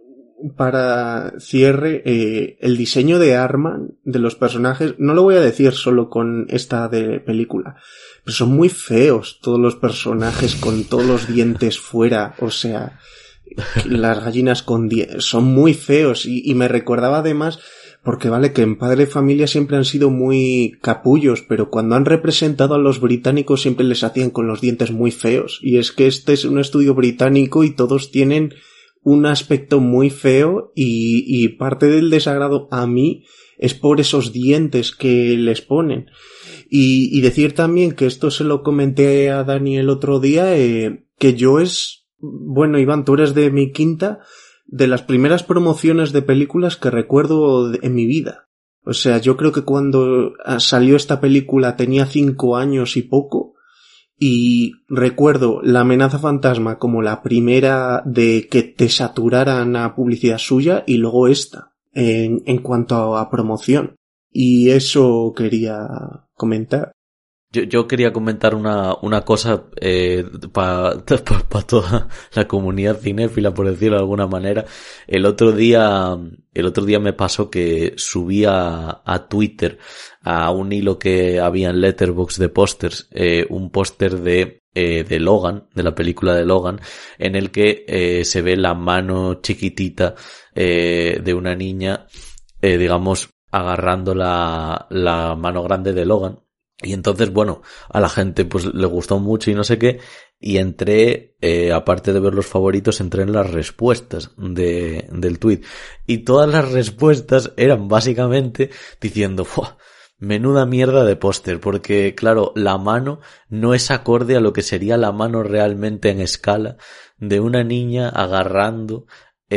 para cierre, eh, el diseño de Arman, de los personajes, no lo voy a decir solo con esta de película, pero son muy feos todos los personajes con todos los dientes fuera, o sea, las gallinas con dientes, son muy feos y, y me recordaba además, porque vale que en Padre de Familia siempre han sido muy capullos, pero cuando han representado a los británicos siempre les hacían con los dientes muy feos, y es que este es un estudio británico y todos tienen un aspecto muy feo y, y parte del desagrado a mí es por esos dientes que les ponen. Y, y decir también que esto se lo comenté a Dani el otro día, eh, que yo es, bueno, Iván, tú eres de mi quinta, de las primeras promociones de películas que recuerdo en mi vida. O sea, yo creo que cuando salió esta película tenía cinco años y poco, y recuerdo La amenaza fantasma como la primera de que te saturaran a publicidad suya, y luego esta, en, en cuanto a promoción. Y eso quería comentar. Yo, yo quería comentar una, una cosa eh, para pa, pa toda la comunidad cinéfila, por decirlo de alguna manera. El otro día, el otro día me pasó que subí a, a Twitter a un hilo que había en Letterboxd de pósters, eh, un póster de eh, de Logan, de la película de Logan, en el que eh, se ve la mano chiquitita eh, de una niña, eh, digamos, agarrando la, la mano grande de Logan. Y entonces, bueno, a la gente pues le gustó mucho y no sé qué, y entré, eh, aparte de ver los favoritos, entré en las respuestas de, del tweet. Y todas las respuestas eran básicamente diciendo, ¡fuah! Menuda mierda de póster, porque claro, la mano no es acorde a lo que sería la mano realmente en escala de una niña agarrando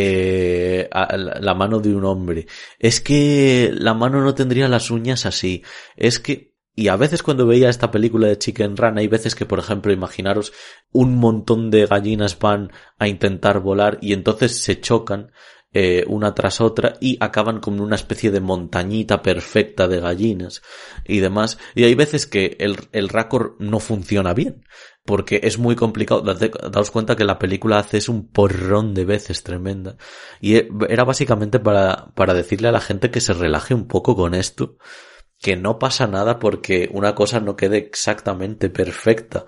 eh, a la mano de un hombre. Es que la mano no tendría las uñas así. Es que, y a veces cuando veía esta película de Chicken Run, hay veces que, por ejemplo, imaginaros un montón de gallinas van a intentar volar y entonces se chocan Eh, una tras otra y acaban como una especie de montañita perfecta de gallinas y demás, y hay veces que el, el raccord no funciona bien porque es muy complicado. Daos cuenta que la película hace es un porrón de veces tremenda, y era básicamente para, para decirle a la gente que se relaje un poco con esto, que no pasa nada porque una cosa no quede exactamente perfecta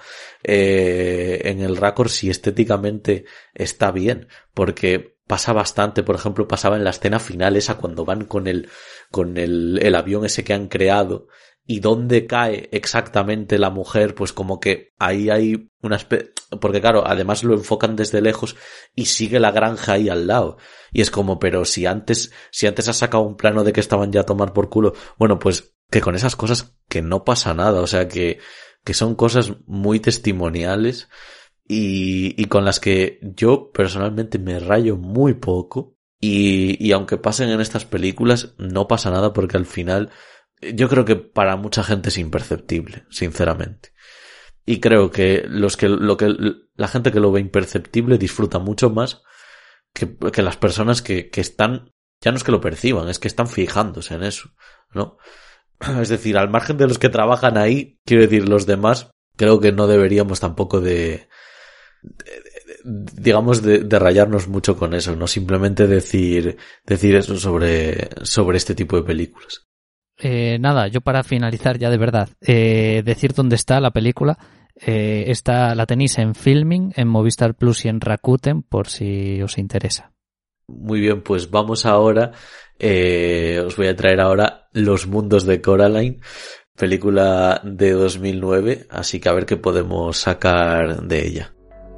eh, en el raccord si estéticamente está bien, porque pasa bastante. Por ejemplo, pasaba en la escena final esa cuando van con el con el, el avión ese que han creado, y dónde cae exactamente la mujer, pues como que ahí hay una especie, porque claro, además lo enfocan desde lejos y sigue la granja ahí al lado, y es como, pero si antes si antes has sacado un plano de que estaban ya a tomar por culo, bueno, pues que con esas cosas que no pasa nada, o sea que que son cosas muy testimoniales y, y con las que yo personalmente me rayo muy poco, y, y aunque pasen en estas películas no pasa nada porque al final yo creo que para mucha gente es imperceptible, sinceramente. Y creo que los que lo que la gente que lo ve imperceptible disfruta mucho más que, que las personas que, que están, ya no es que lo perciban, es que están fijándose en eso, ¿no? Es decir, al margen de los que trabajan ahí, quiero decir, los demás, creo que no deberíamos tampoco de, de, de digamos, de, de rayarnos mucho con eso, no simplemente decir, decir eso sobre, sobre este tipo de películas. Eh, nada, yo para finalizar ya de verdad, eh, decir dónde está la película. Eh, está, la tenéis en Filming, en Movistar Plus y en Rakuten, por si os interesa. Muy bien, pues vamos ahora, eh, os voy a traer ahora Los mundos de Coraline, película de dos mil nueve, así que a ver qué podemos sacar de ella.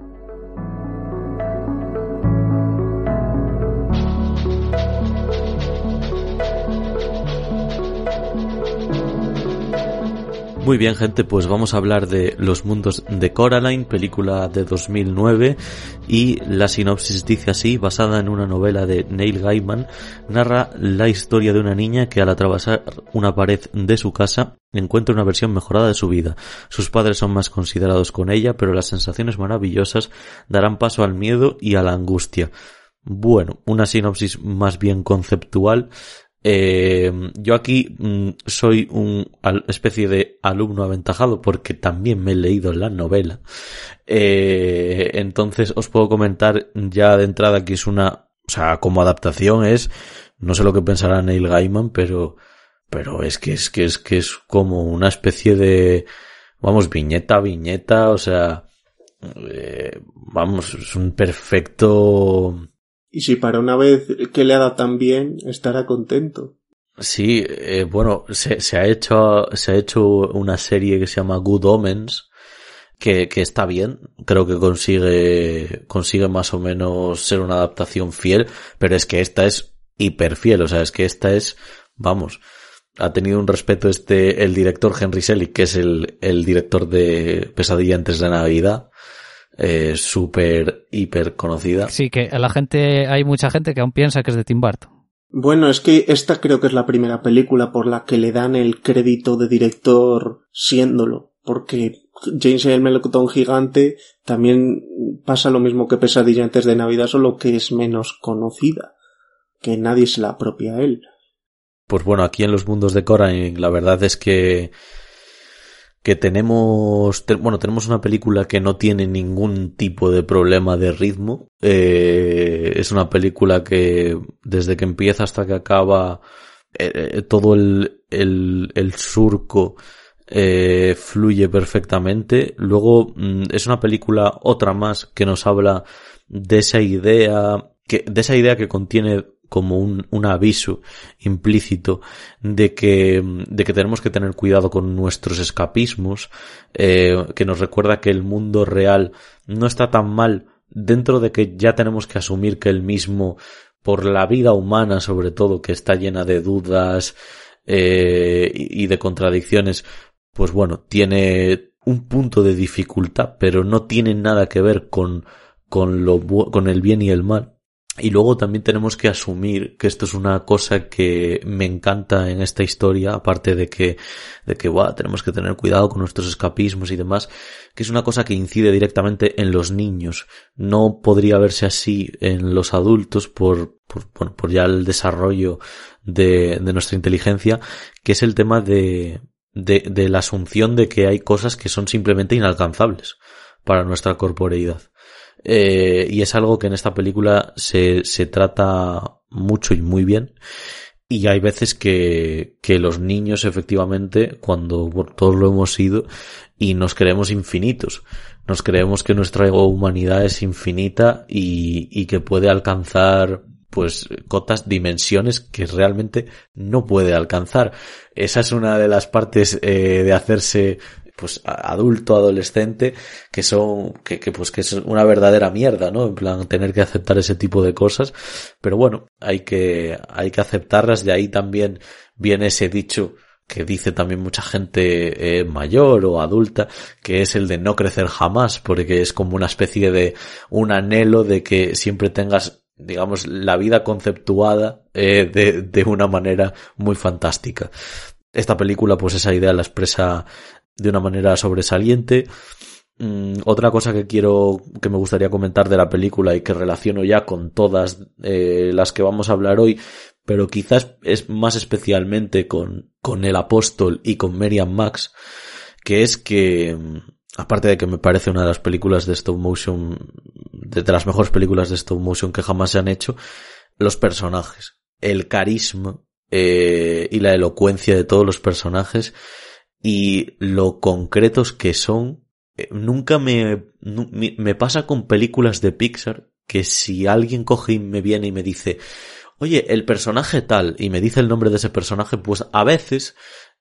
Muy bien, gente, pues vamos a hablar de Los mundos de Coraline, película de dos mil nueve, y la sinopsis dice así: basada en una novela de Neil Gaiman, narra la historia de una niña que al atravesar una pared de su casa encuentra una versión mejorada de su vida. Sus padres son más considerados con ella, pero las sensaciones maravillosas darán paso al miedo y a la angustia. Bueno, una sinopsis más bien conceptual. Eh, yo aquí mm, soy un al, especie de alumno aventajado porque también me he leído la novela, eh, entonces os puedo comentar ya de entrada que es una, o sea, como adaptación es, no sé lo que pensará Neil Gaiman, pero pero es que es que es que es como una especie de, vamos, viñeta a viñeta, o sea, eh, vamos, es un perfecto. Y si para una vez que le ha tan bien, estará contento. Sí, eh, bueno, se, se ha hecho, se ha hecho una serie que se llama Good Omens, que, que está bien, creo que consigue, consigue más o menos ser una adaptación fiel, pero es que esta es hiper fiel, o sea, es que esta es, vamos, ha tenido un respeto este, el director Henry Selick, que es el, el director de Pesadilla antes de Navidad. Eh, súper, hiper conocida. Sí, que a la gente, hay mucha gente que aún piensa que es de Tim Burton. Bueno, es que esta creo que es la primera película por la que le dan el crédito de director siéndolo, porque James y el melocotón gigante también pasa lo mismo que Pesadilla antes de Navidad, solo que es menos conocida, que nadie se la apropia a él. Pues bueno, aquí en Los mundos de Coraline la verdad es que que tenemos, te, bueno, tenemos una película que no tiene ningún tipo de problema de ritmo. Eh, es una película que desde que empieza hasta que acaba, eh, todo el, el, el surco eh, fluye perfectamente. Luego mm, es una película, otra más, que nos habla de esa idea, que, de esa idea que contiene como un, un aviso implícito de que, de que tenemos que tener cuidado con nuestros escapismos, eh, que nos recuerda que el mundo real no está tan mal, dentro de que ya tenemos que asumir que el mismo, por la vida humana sobre todo, que está llena de dudas eh, y, y de contradicciones, pues bueno, tiene un punto de dificultad, pero no tiene nada que ver con, con lo, con el bien y el mal. Y luego también tenemos que asumir que esto es una cosa que me encanta en esta historia, aparte de que, de que, buah, tenemos que tener cuidado con nuestros escapismos y demás, que es una cosa que incide directamente en los niños. No podría verse así en los adultos por, por, bueno, por ya el desarrollo de, de nuestra inteligencia, que es el tema de, de, de la asunción de que hay cosas que son simplemente inalcanzables para nuestra corporeidad. Eh, y es algo que en esta película se, se trata mucho y muy bien. Y hay veces que, que los niños, efectivamente, cuando bueno, todos lo hemos sido y nos creemos infinitos, nos creemos que nuestra humanidad es infinita y, y que puede alcanzar pues cotas, dimensiones que realmente no puede alcanzar. Esa es una de las partes eh, de hacerse pues adulto, adolescente, que son, que, que pues que es una verdadera mierda, ¿no? En plan, tener que aceptar ese tipo de cosas. Pero bueno, hay que, hay que aceptarlas. De ahí también viene ese dicho que dice también mucha gente eh, mayor o adulta, que es el de no crecer jamás, porque es como una especie de un anhelo de que siempre tengas, digamos, la vida conceptuada eh, de, de una manera muy fantástica. Esta película, pues esa idea la expresa de una manera sobresaliente. Mm, otra cosa que quiero, que me gustaría comentar de la película y que relaciono ya con todas eh, las que vamos a hablar hoy, pero quizás es más especialmente con, con El Apóstol y con Miriam Max, que es que, aparte de que me parece una de las películas de stop motion, de, de las mejores películas de stop motion que jamás se han hecho, los personajes, el carisma eh, y la elocuencia de todos los personajes y lo concretos que son. Nunca me, me pasa con películas de Pixar que si alguien coge y me viene y me dice, oye, el personaje tal, y me dice el nombre de ese personaje, pues a veces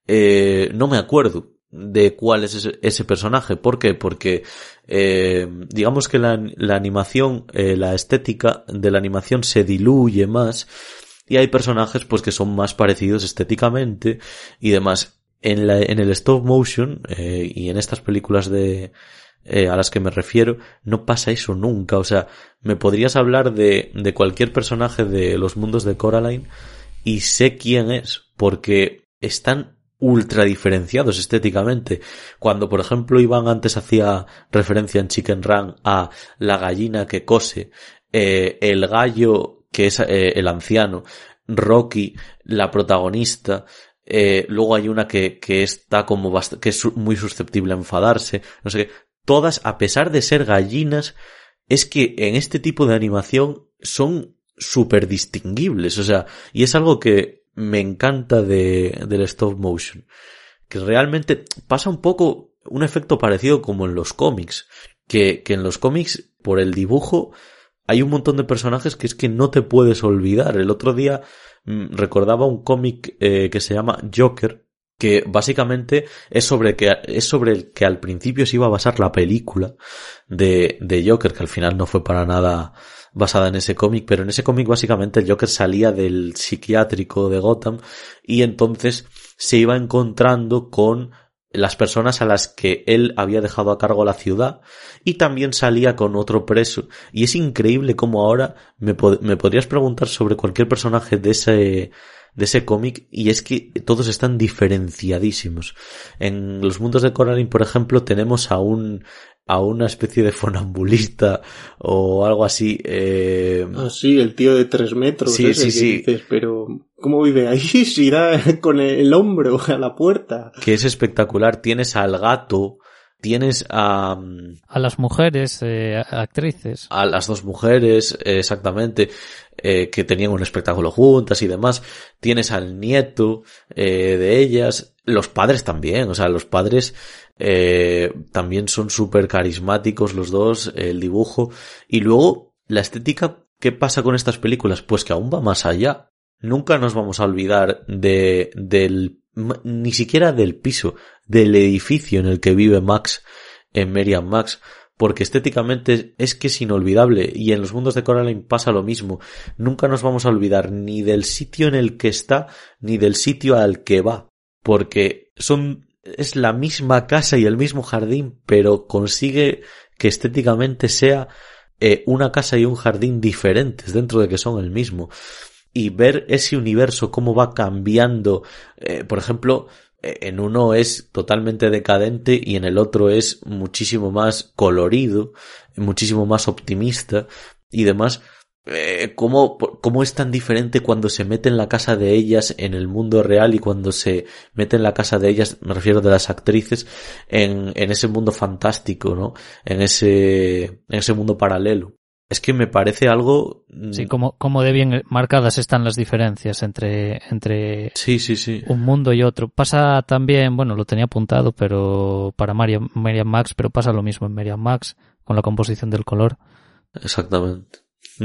eh, no me acuerdo de cuál es ese, ese personaje. ¿Por qué? Porque eh, digamos que la, la animación, eh, la estética de la animación se diluye más y hay personajes pues que son más parecidos estéticamente y demás. En la, en el stop motion eh, y en estas películas de eh, a las que me refiero no pasa eso nunca. O sea, me podrías hablar de, de cualquier personaje de Los Mundos de Coraline y sé quién es, porque están ultra diferenciados estéticamente. Cuando, por ejemplo, Iván antes hacía referencia en Chicken Run a la gallina que cose, eh, el gallo que es eh, el anciano, Rocky, la protagonista. Eh, luego hay una que, que está como bast- que es muy susceptible a enfadarse, no sé qué. Todas, a pesar de ser gallinas, es que en este tipo de animación son súper distinguibles, o sea, y es algo que me encanta de, del stop motion, que realmente pasa un poco un efecto parecido como en los cómics, que, que en los cómics, por el dibujo, hay un montón de personajes que es que no te puedes olvidar. El otro día recordaba un cómic eh, que se llama Joker, que básicamente es sobre que es sobre el que al principio se iba a basar la película de, de Joker, que al final no fue para nada basada en ese cómic, pero en ese cómic básicamente el Joker salía del psiquiátrico de Gotham y entonces se iba encontrando con las personas a las que él había dejado a cargo la ciudad y también salía con otro preso. Y es increíble cómo ahora me, pod- me podrías preguntar sobre cualquier personaje de ese, de ese cómic y es que todos están diferenciadísimos. En Los Mundos de Coraline, por ejemplo, tenemos a un, a una especie de funambulista o algo así. Eh... Ah, sí, el tío de tres metros. Sí, ese sí, que sí. dices, pero ¿Cómo vive ahí? Si da con el hombro a la puerta. Que es espectacular. Tienes al gato, tienes a... A las mujeres, eh, actrices. A las dos mujeres, eh, exactamente, eh, que tenían un espectáculo juntas y demás. Tienes al nieto eh, de ellas. Los padres también, o sea, los padres eh, también son súper carismáticos los dos, el dibujo. Y luego, la estética, ¿qué pasa con estas películas? Pues que aún va más allá. Nunca nos vamos a olvidar de del ni siquiera del piso, del edificio en el que vive Max en Merian Max, porque estéticamente es que es inolvidable, y en los mundos de Coraline pasa lo mismo. Nunca nos vamos a olvidar ni del sitio en el que está, ni del sitio al que va, porque son es la misma casa y el mismo jardín, pero consigue que estéticamente sea eh, una casa y un jardín diferentes dentro de que son el mismo. Y ver ese universo cómo va cambiando, eh, por ejemplo, en uno es totalmente decadente y en el otro es muchísimo más colorido, muchísimo más optimista y demás. Eh, cómo, cómo es tan diferente cuando se mete en la casa de ellas en el mundo real y cuando se mete en la casa de ellas, me refiero de las actrices, en, en ese mundo fantástico, ¿no? En ese, en ese mundo paralelo. Es que me parece algo... Sí, como, como de bien marcadas están las diferencias entre, entre sí, sí, sí. un mundo y otro. Pasa también, bueno, lo tenía apuntado, pero para Merian, Merian Max, pero pasa lo mismo en Merian Max, con la composición del color. Exactamente.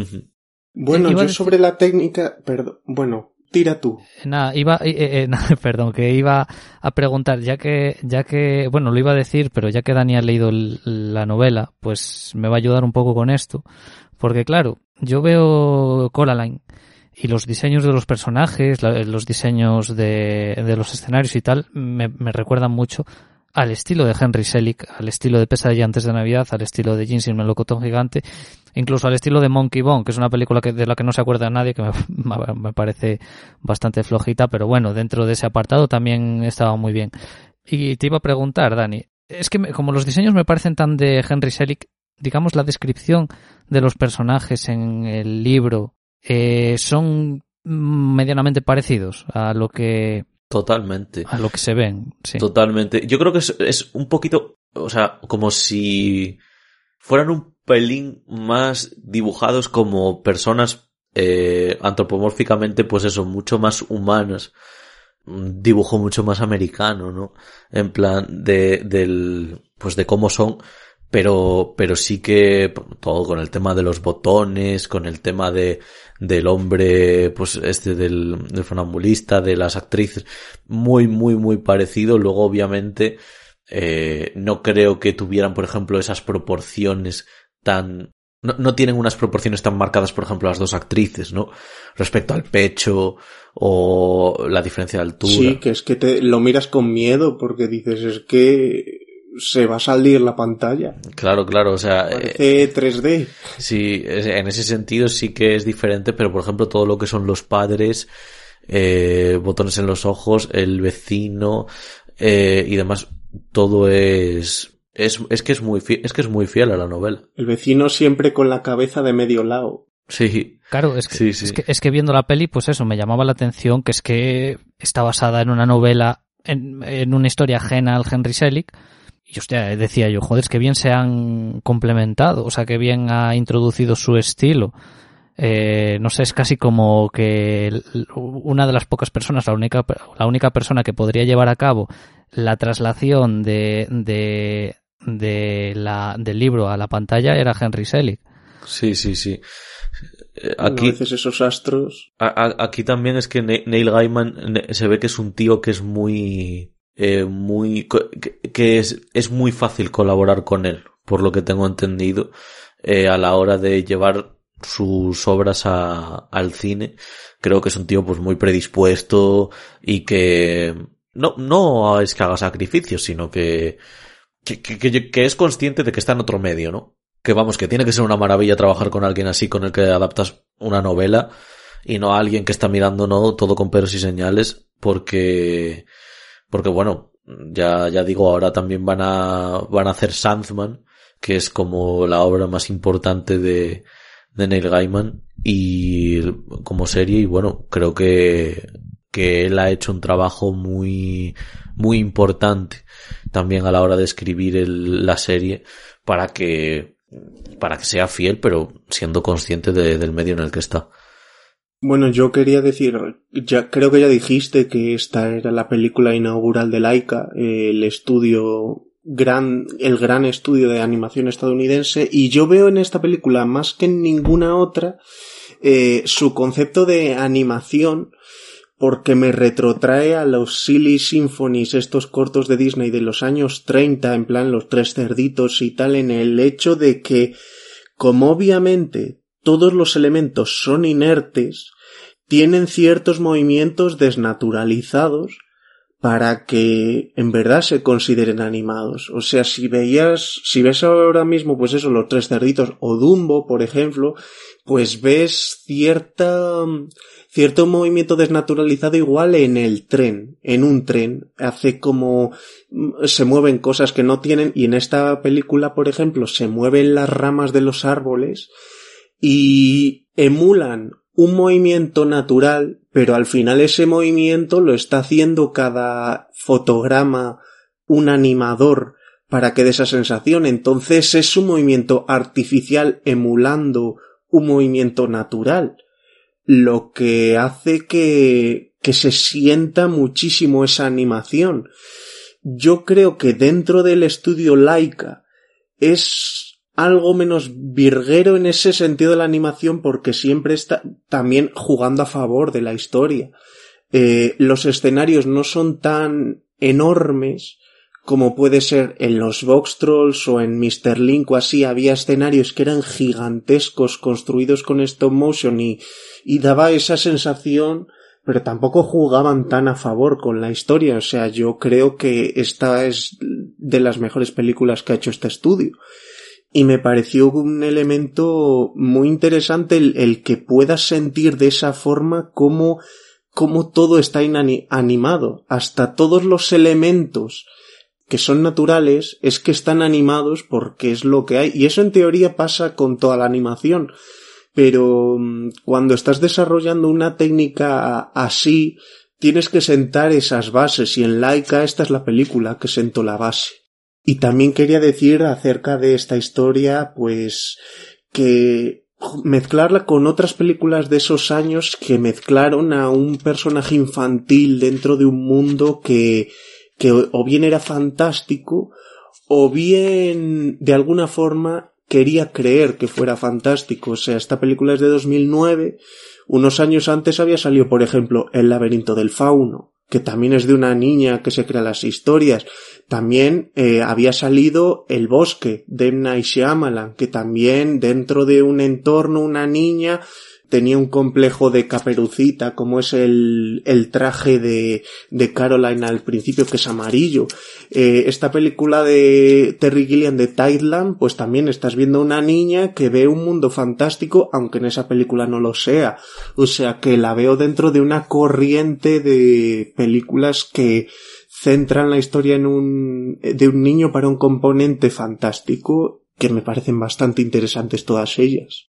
Bueno, yo decir... sobre la técnica, perdón, bueno, tira tú. Nada, iba, eh, eh, nada, perdón, que iba a preguntar, ya que, ya que, bueno, lo iba a decir, pero ya que Dani ha leído el, la novela, pues me va a ayudar un poco con esto, porque claro, yo veo Coraline y los diseños de los personajes, la, los diseños de, de los escenarios y tal, me, me recuerdan mucho al estilo de Henry Selick, al estilo de Pesadilla antes de Navidad, al estilo de Jinx y el melocotón gigante, incluso al estilo de Monkey Bone, que es una película que, de la que no se acuerda nadie, que me, me parece bastante flojita, pero bueno, dentro de ese apartado también estaba muy bien. Y te iba a preguntar, Dani, es que me, como los diseños me parecen tan de Henry Selick, digamos la descripción de los personajes en el libro eh, son medianamente parecidos a lo que... Totalmente. A lo que se ven, sí. Totalmente. Yo creo que es, es un poquito, o sea, como si fueran un pelín más dibujados como personas eh, antropomórficamente, pues eso, mucho más humanas. Un dibujo mucho más americano, ¿no? En plan de, del, pues de cómo son, pero, pero sí que todo con el tema de los botones, con el tema de, del hombre, pues este del, del funambulista, de las actrices, muy, muy, muy parecido. Luego, obviamente, eh, no creo que tuvieran, por ejemplo, esas proporciones tan, no, no tienen unas proporciones tan marcadas, por ejemplo, las dos actrices, ¿no? Respecto al pecho o la diferencia de altura. Sí, que es que te lo miras con miedo porque dices, es que se va a salir la pantalla. Claro, claro, o sea... Parece eh, tres D. Sí, en ese sentido sí que es diferente, pero por ejemplo todo lo que son los padres, eh, botones en los ojos, el vecino eh, y demás, todo es... Es, es que es muy fiel, es que es muy fiel a la novela. El vecino siempre con la cabeza de medio lado. Sí. Claro, es que, sí, sí. es que, es que viendo la peli, pues eso, me llamaba la atención que es que está basada en una novela, en, en una historia ajena al Henry Selick. Y hostia, decía yo, joder, es que bien se han complementado, o sea, que bien ha introducido su estilo. Eh, no sé, es casi como que una de las pocas personas, la única, la única persona que podría llevar a cabo la traslación de, de, de la, del libro a la pantalla era Henry Selick. Sí, sí, sí. Aquí, bueno, a veces esos astros. A, a, aquí también es que Neil Gaiman se ve que es un tío que es muy, eh, muy, que, que es, es muy fácil colaborar con él, por lo que tengo entendido, eh, a la hora de llevar sus obras a, al cine. Creo que es un tío pues muy predispuesto y que no, no es que haga sacrificios, sino que, que, que, que es consciente de que está en otro medio, ¿no? Que vamos, que tiene que ser una maravilla trabajar con alguien así con el que adaptas una novela y no a alguien que está mirando, ¿no? Todo con peros y señales, porque, porque bueno, ya, ya digo, ahora también van a, van a hacer Sandman, que es como la obra más importante de, de Neil Gaiman y como serie, y bueno, creo que que él ha hecho un trabajo muy muy importante también a la hora de escribir el, la serie para que para que sea fiel, pero siendo consciente de, del medio en el que está. Bueno, yo quería decir, ya creo que ya dijiste que esta era la película inaugural de Laika, eh, el estudio gran, el gran estudio de animación estadounidense, y yo veo en esta película más que en ninguna otra eh, su concepto de animación, porque me retrotrae a los Silly Symphonies, estos cortos de Disney de los años treinta, en plan los tres cerditos y tal, en el hecho de que, como obviamente todos los elementos son inertes, tienen ciertos movimientos desnaturalizados para que en verdad se consideren animados. O sea, si veías, si ves ahora mismo, pues eso, los tres cerditos o Dumbo, por ejemplo, pues ves cierta, cierto movimiento desnaturalizado igual en el tren, en un tren. Hace como, se mueven cosas que no tienen, y en esta película, por ejemplo, se mueven las ramas de los árboles y emulan un movimiento natural, pero al final ese movimiento lo está haciendo cada fotograma un animador para que dé esa sensación. Entonces es un movimiento artificial emulando un movimiento natural, lo que hace que, que se sienta muchísimo esa animación. Yo creo que dentro del estudio Laika es algo menos virguero en ese sentido de la animación, porque siempre está también jugando a favor de la historia. Eh, los escenarios no son tan enormes como puede ser en los Box Trolls o en míster Link o así. Había escenarios que eran gigantescos, construidos con stop motion, y, y daba esa sensación, pero tampoco jugaban tan a favor con la historia. O sea, yo creo que esta es de las mejores películas que ha hecho este estudio. Y me pareció un elemento muy interesante el, el que puedas sentir de esa forma cómo, cómo todo está inani- animado. Hasta todos los elementos que son naturales es que están animados porque es lo que hay. Y eso en teoría pasa con toda la animación. Pero cuando estás desarrollando una técnica así, tienes que sentar esas bases. Y en Laika esta es la película que sentó la base. Y también quería decir acerca de esta historia, pues, que mezclarla con otras películas de esos años que mezclaron a un personaje infantil dentro de un mundo que, que o bien era fantástico, o bien, de alguna forma, quería creer que fuera fantástico. O sea, esta película es de dos mil nueve, unos años antes había salido, por ejemplo, El laberinto del fauno, que también es de una niña que se crea las historias. También eh, había salido El bosque, de M. Night Shyamalan, que también dentro de un entorno una niña tenía un complejo de Caperucita, como es el, el traje de, de Caroline al principio, que es amarillo. Eh, esta película de Terry Gilliam de Tideland, pues también estás viendo una niña que ve un mundo fantástico, aunque en esa película no lo sea. O sea que la veo dentro de una corriente de películas que centran la historia en un, de un niño para un componente fantástico, que me parecen bastante interesantes todas ellas.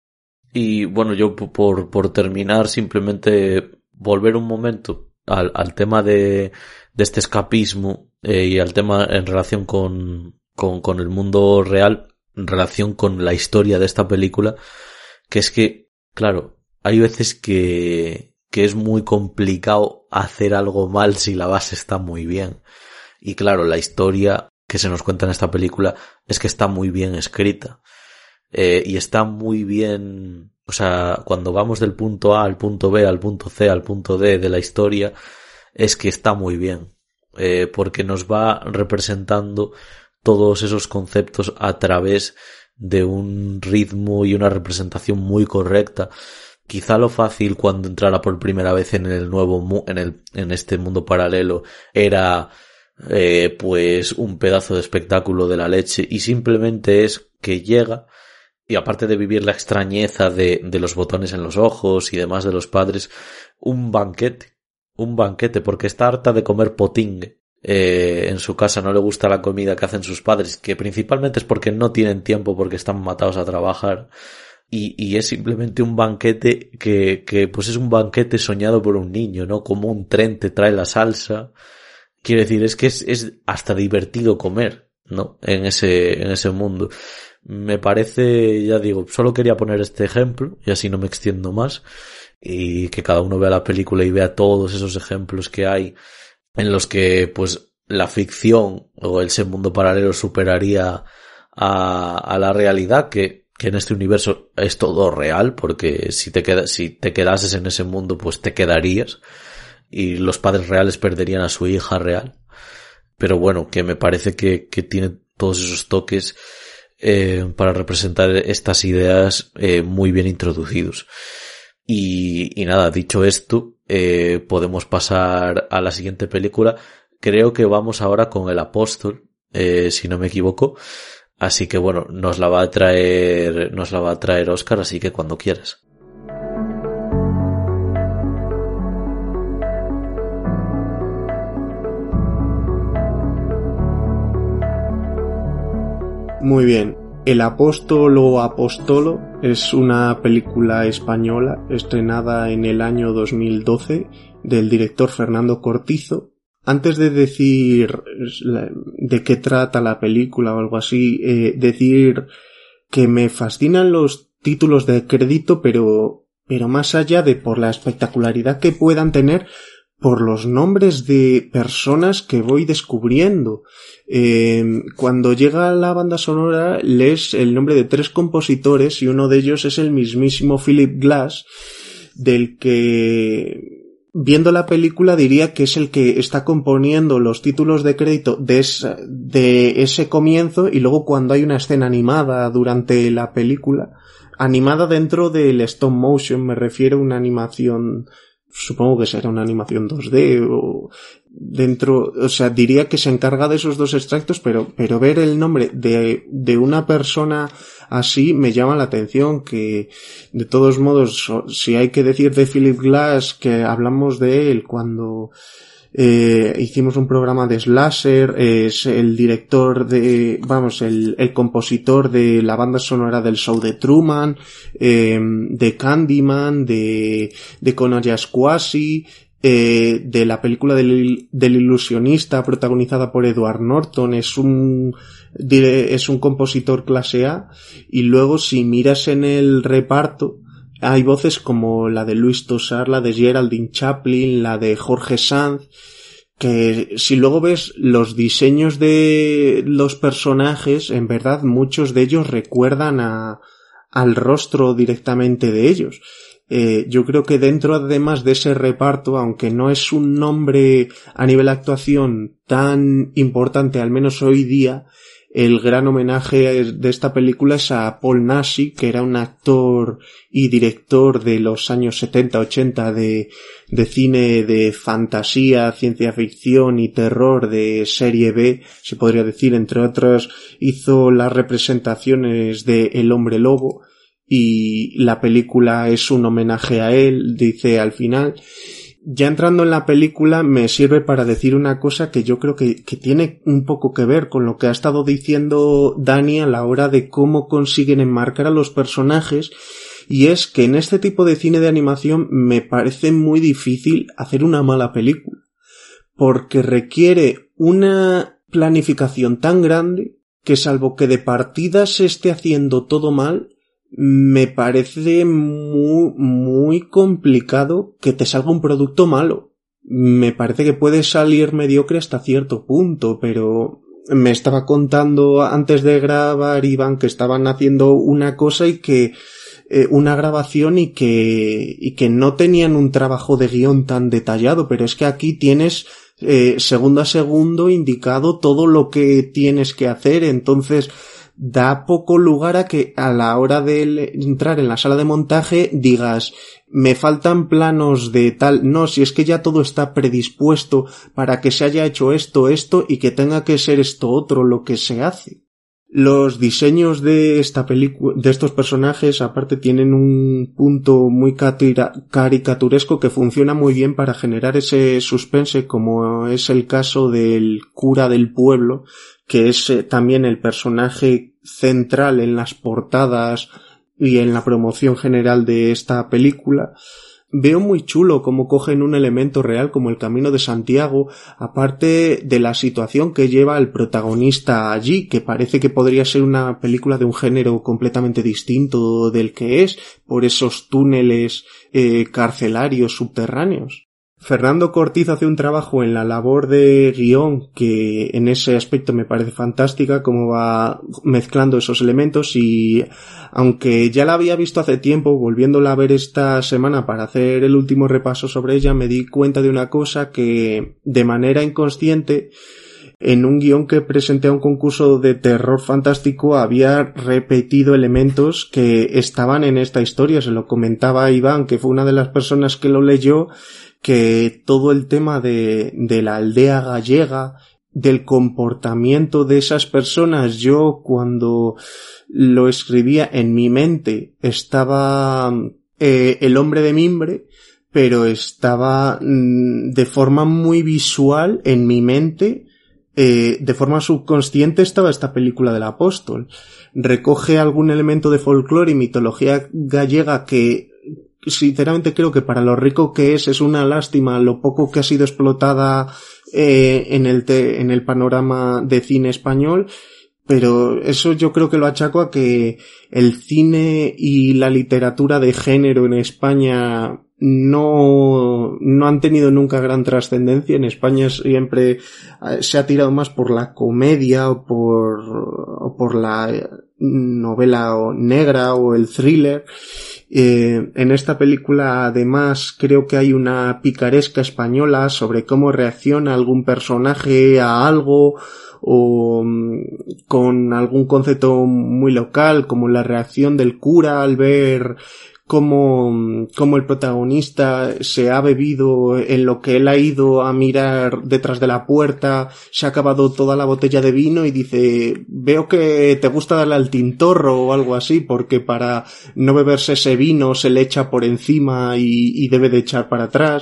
Y bueno, yo por, por terminar, simplemente volver un momento al, al tema de, de este escapismo eh, y al tema en relación con, con, con el mundo real, en relación con la historia de esta película, que es que, claro, hay veces que, que es muy complicado hacer algo mal si la base está muy bien. Y claro, la historia que se nos cuenta en esta película es que está muy bien escrita. Eh, y está muy bien, o sea, cuando vamos del punto A al punto B, al punto C, al punto D de la historia, es que está muy bien, eh, porque nos va representando todos esos conceptos a través de un ritmo y una representación muy correcta. Quizá lo fácil cuando entrara por primera vez en el nuevo, en el, en este mundo paralelo era, eh, pues un pedazo de espectáculo de la leche, y simplemente es que llega. Y aparte de vivir la extrañeza de, de los botones en los ojos y demás de los padres, un banquete, un banquete, porque está harta de comer potingue. Eh, en su casa no le gusta la comida que hacen sus padres, que principalmente es porque no tienen tiempo, porque están matados a trabajar. y, y es simplemente un banquete que, que pues es un banquete soñado por un niño, ¿no? Como un tren te trae la salsa. Quiero decir, es que es, es hasta divertido comer, ¿no? En ese, en ese mundo. Me parece, ya digo, solo quería poner este ejemplo y así no me extiendo más, y que cada uno vea la película y vea todos esos ejemplos que hay en los que pues la ficción o ese mundo paralelo superaría a, a la realidad, que, que en este universo es todo real, porque si te quedas, si te quedases en ese mundo pues te quedarías y los padres reales perderían a su hija real. Pero bueno, que me parece que, que tiene todos esos toques Eh, para representar estas ideas eh, muy bien introducidos. Y, y nada, dicho esto, eh, podemos pasar a la siguiente película. Creo que vamos ahora con El Apóstol, eh, si no me equivoco. Así que bueno, nos la va a traer, nos la va a traer Óscar, así que cuando quieras. Muy bien. El Apóstol o Apostolo es una película española estrenada en el año dos mil doce del director Fernando Cortizo. Antes de decir de qué trata la película o algo así, eh, decir que me fascinan los títulos de crédito, pero, pero más allá de por la espectacularidad que puedan tener, por los nombres de personas que voy descubriendo. Eh, cuando llega la banda sonora lees el nombre de tres compositores y uno de ellos es el mismísimo Philip Glass, del que viendo la película diría que es el que está componiendo los títulos de crédito de, esa, de ese comienzo, y luego cuando hay una escena animada durante la película, animada dentro del stop motion, me refiero a una animación, supongo que será una animación dos D o dentro, o sea, diría que se encarga de esos dos extractos, pero, pero ver el nombre de, de una persona así me llama la atención. Que de todos modos, si hay que decir de Philip Glass, que hablamos de él cuando Eh, hicimos un programa de Slasher, es el director de, vamos, el, el compositor de la banda sonora del show de Truman, eh, de Candyman, de, de Conoyasquasi, eh, de la película del, del ilusionista protagonizada por Edward Norton. Es un, es un compositor clase A. Y luego si miras en el reparto, hay voces como la de Luis Tosar, la de Geraldine Chaplin, la de Jorge Sanz, que si luego ves los diseños de los personajes, en verdad muchos de ellos recuerdan a, al rostro directamente de ellos. Eh, yo creo que dentro además de ese reparto, aunque no es un nombre a nivel de actuación tan importante, al menos hoy día, el gran homenaje de esta película es a Paul Naschy, que era un actor y director de los años setenta ochenta de, de cine de fantasía, ciencia ficción y terror de serie B, se podría decir. Entre otros, hizo las representaciones de El Hombre Lobo, y la película es un homenaje a él, dice al final. Ya entrando en la película, me sirve para decir una cosa que yo creo que, que tiene un poco que ver con lo que ha estado diciendo Dani a la hora de cómo consiguen enmarcar a los personajes, y es que en este tipo de cine de animación me parece muy difícil hacer una mala película, porque requiere una planificación tan grande que, salvo que de partida se esté haciendo todo mal, me parece muy, muy complicado que te salga un producto malo. Me parece que puede salir mediocre hasta cierto punto, pero me estaba contando antes de grabar, Iván, que estaban haciendo una cosa y que eh, una grabación y que y que no tenían un trabajo de guión tan detallado, pero es que aquí tienes eh, segundo a segundo indicado todo lo que tienes que hacer, entonces da poco lugar a que a la hora de entrar en la sala de montaje digas, me faltan planos de tal. No, si es que ya todo está predispuesto para que se haya hecho esto, esto y que tenga que ser esto otro lo que se hace. Los diseños de esta película, de estos personajes, aparte tienen un punto muy caricaturesco que funciona muy bien para generar ese suspense, como es el caso del cura del pueblo, que es eh, también el personaje central en las portadas y en la promoción general de esta película, veo muy chulo cómo cogen un elemento real como el Camino de Santiago, aparte de la situación que lleva el protagonista allí, que parece que podría ser una película de un género completamente distinto del que es, por esos túneles eh, carcelarios subterráneos. Fernando Cortiz hace un trabajo en la labor de guión que en ese aspecto me parece fantástica, cómo va mezclando esos elementos, y aunque ya la había visto hace tiempo, volviéndola a ver esta semana para hacer el último repaso sobre ella, me di cuenta de una cosa que de manera inconsciente en un guión que presenté a un concurso de terror fantástico había repetido elementos que estaban en esta historia. Se lo comentaba a Iván, que fue una de las personas que lo leyó, que todo el tema de, de la aldea gallega, del comportamiento de esas personas, yo cuando lo escribía en mi mente estaba eh, el hombre de mimbre, pero estaba mm, de forma muy visual en mi mente, eh, de forma subconsciente estaba esta película del Apóstol. Recoge algún elemento de folclore y mitología gallega que sinceramente creo que para lo rico que es, es una lástima lo poco que ha sido explotada eh, en el te, en el panorama de cine español, pero eso yo creo que lo achaco a que el cine y la literatura de género en España no no han tenido nunca gran trascendencia. En España siempre se ha tirado más por la comedia o por o por la novela negra o el thriller. Eh, en esta película además creo que hay una picaresca española sobre cómo reacciona algún personaje a algo, o um, con algún concepto muy local, como la reacción del cura al ver cómo, cómo el protagonista se ha bebido en lo que él ha ido a mirar detrás de la puerta, se ha acabado toda la botella de vino y dice: veo que te gusta darle al tintorro o algo así, porque para no beberse ese vino se le echa por encima y, y debe de echar para atrás.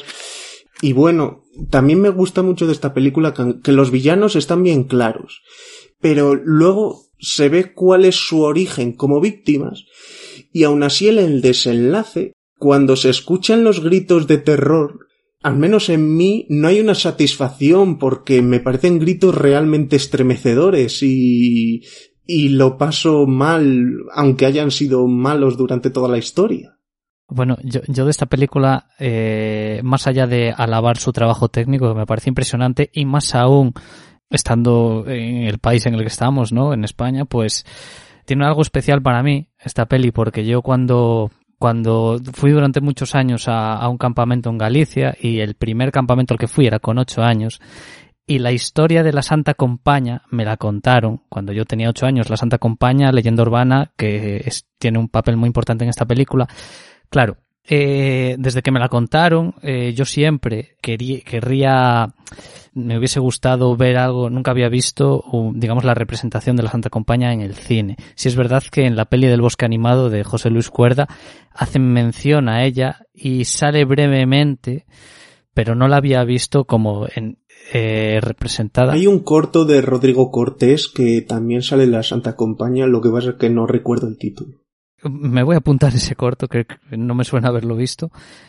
Y bueno, también me gusta mucho de esta película que, que los villanos están bien claros, pero luego se ve cuál es su origen como víctimas. Y aún así en el desenlace, cuando se escuchan los gritos de terror, al menos en mí no hay una satisfacción, porque me parecen gritos realmente estremecedores y, y lo paso mal, aunque hayan sido malos durante toda la historia. Bueno, yo, yo de esta película, eh, más allá de alabar su trabajo técnico, que me parece impresionante, y más aún estando en el país en el que estamos, ¿no?, en España, pues tiene algo especial para mí esta peli, porque yo cuando cuando fui durante muchos años a, a un campamento en Galicia, y el primer campamento al que fui era con ocho años, y la historia de la Santa Compaña me la contaron cuando yo tenía ocho años, la Santa Compaña, leyenda urbana, que es, tiene un papel muy importante en esta película. Claro, eh, desde que me la contaron, eh, yo siempre quería, querría, me hubiese gustado ver algo, nunca había visto, o, digamos, la representación de la Santa Compaña en el cine. Si es verdad que en la peli del Bosque Animado de José Luis Cuerda hacen mención a ella y sale brevemente, pero no la había visto como en, eh, representada. Hay un corto de Rodrigo Cortés que también sale en la Santa Compaña, lo que pasa es que no recuerdo el título. Me voy a apuntar ese corto, que no me suena haberlo visto.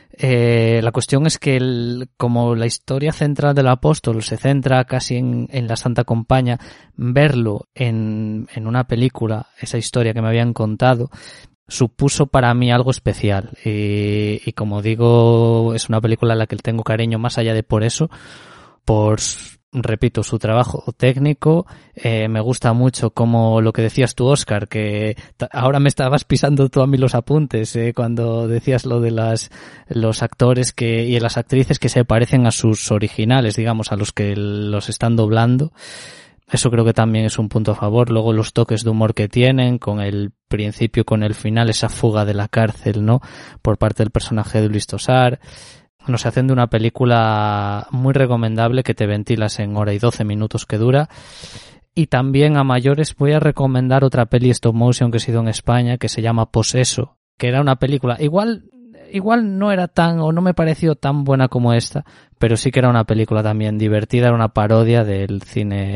Eh, la cuestión es que el, como la historia central del Apóstol se centra casi en, en la Santa Compaña, verlo en, en una película, esa historia que me habían contado, supuso para mí algo especial. Y, y como digo, es una película a la que tengo cariño más allá de por eso, por, repito, su trabajo técnico. Eh, me gusta mucho como lo que decías tú, Óscar, que t- ahora me estabas pisando tú a mí los apuntes, eh, cuando decías lo de las los actores que y las actrices que se parecen a sus originales, digamos, a los que los están doblando. Eso creo que también es un punto a favor. Luego los toques de humor que tienen, con el principio, con el final, esa fuga de la cárcel, ¿no?, por parte del personaje de Luis Tosar. Nos hacen de una película muy recomendable que te ventilas en hora y doce minutos que dura. Y también a mayores voy a recomendar otra peli stop motion que he sido en España, que se llama Poseso, que era una película, igual igual no era tan, o no me pareció tan buena como esta, pero sí que era una película también divertida, era una parodia del cine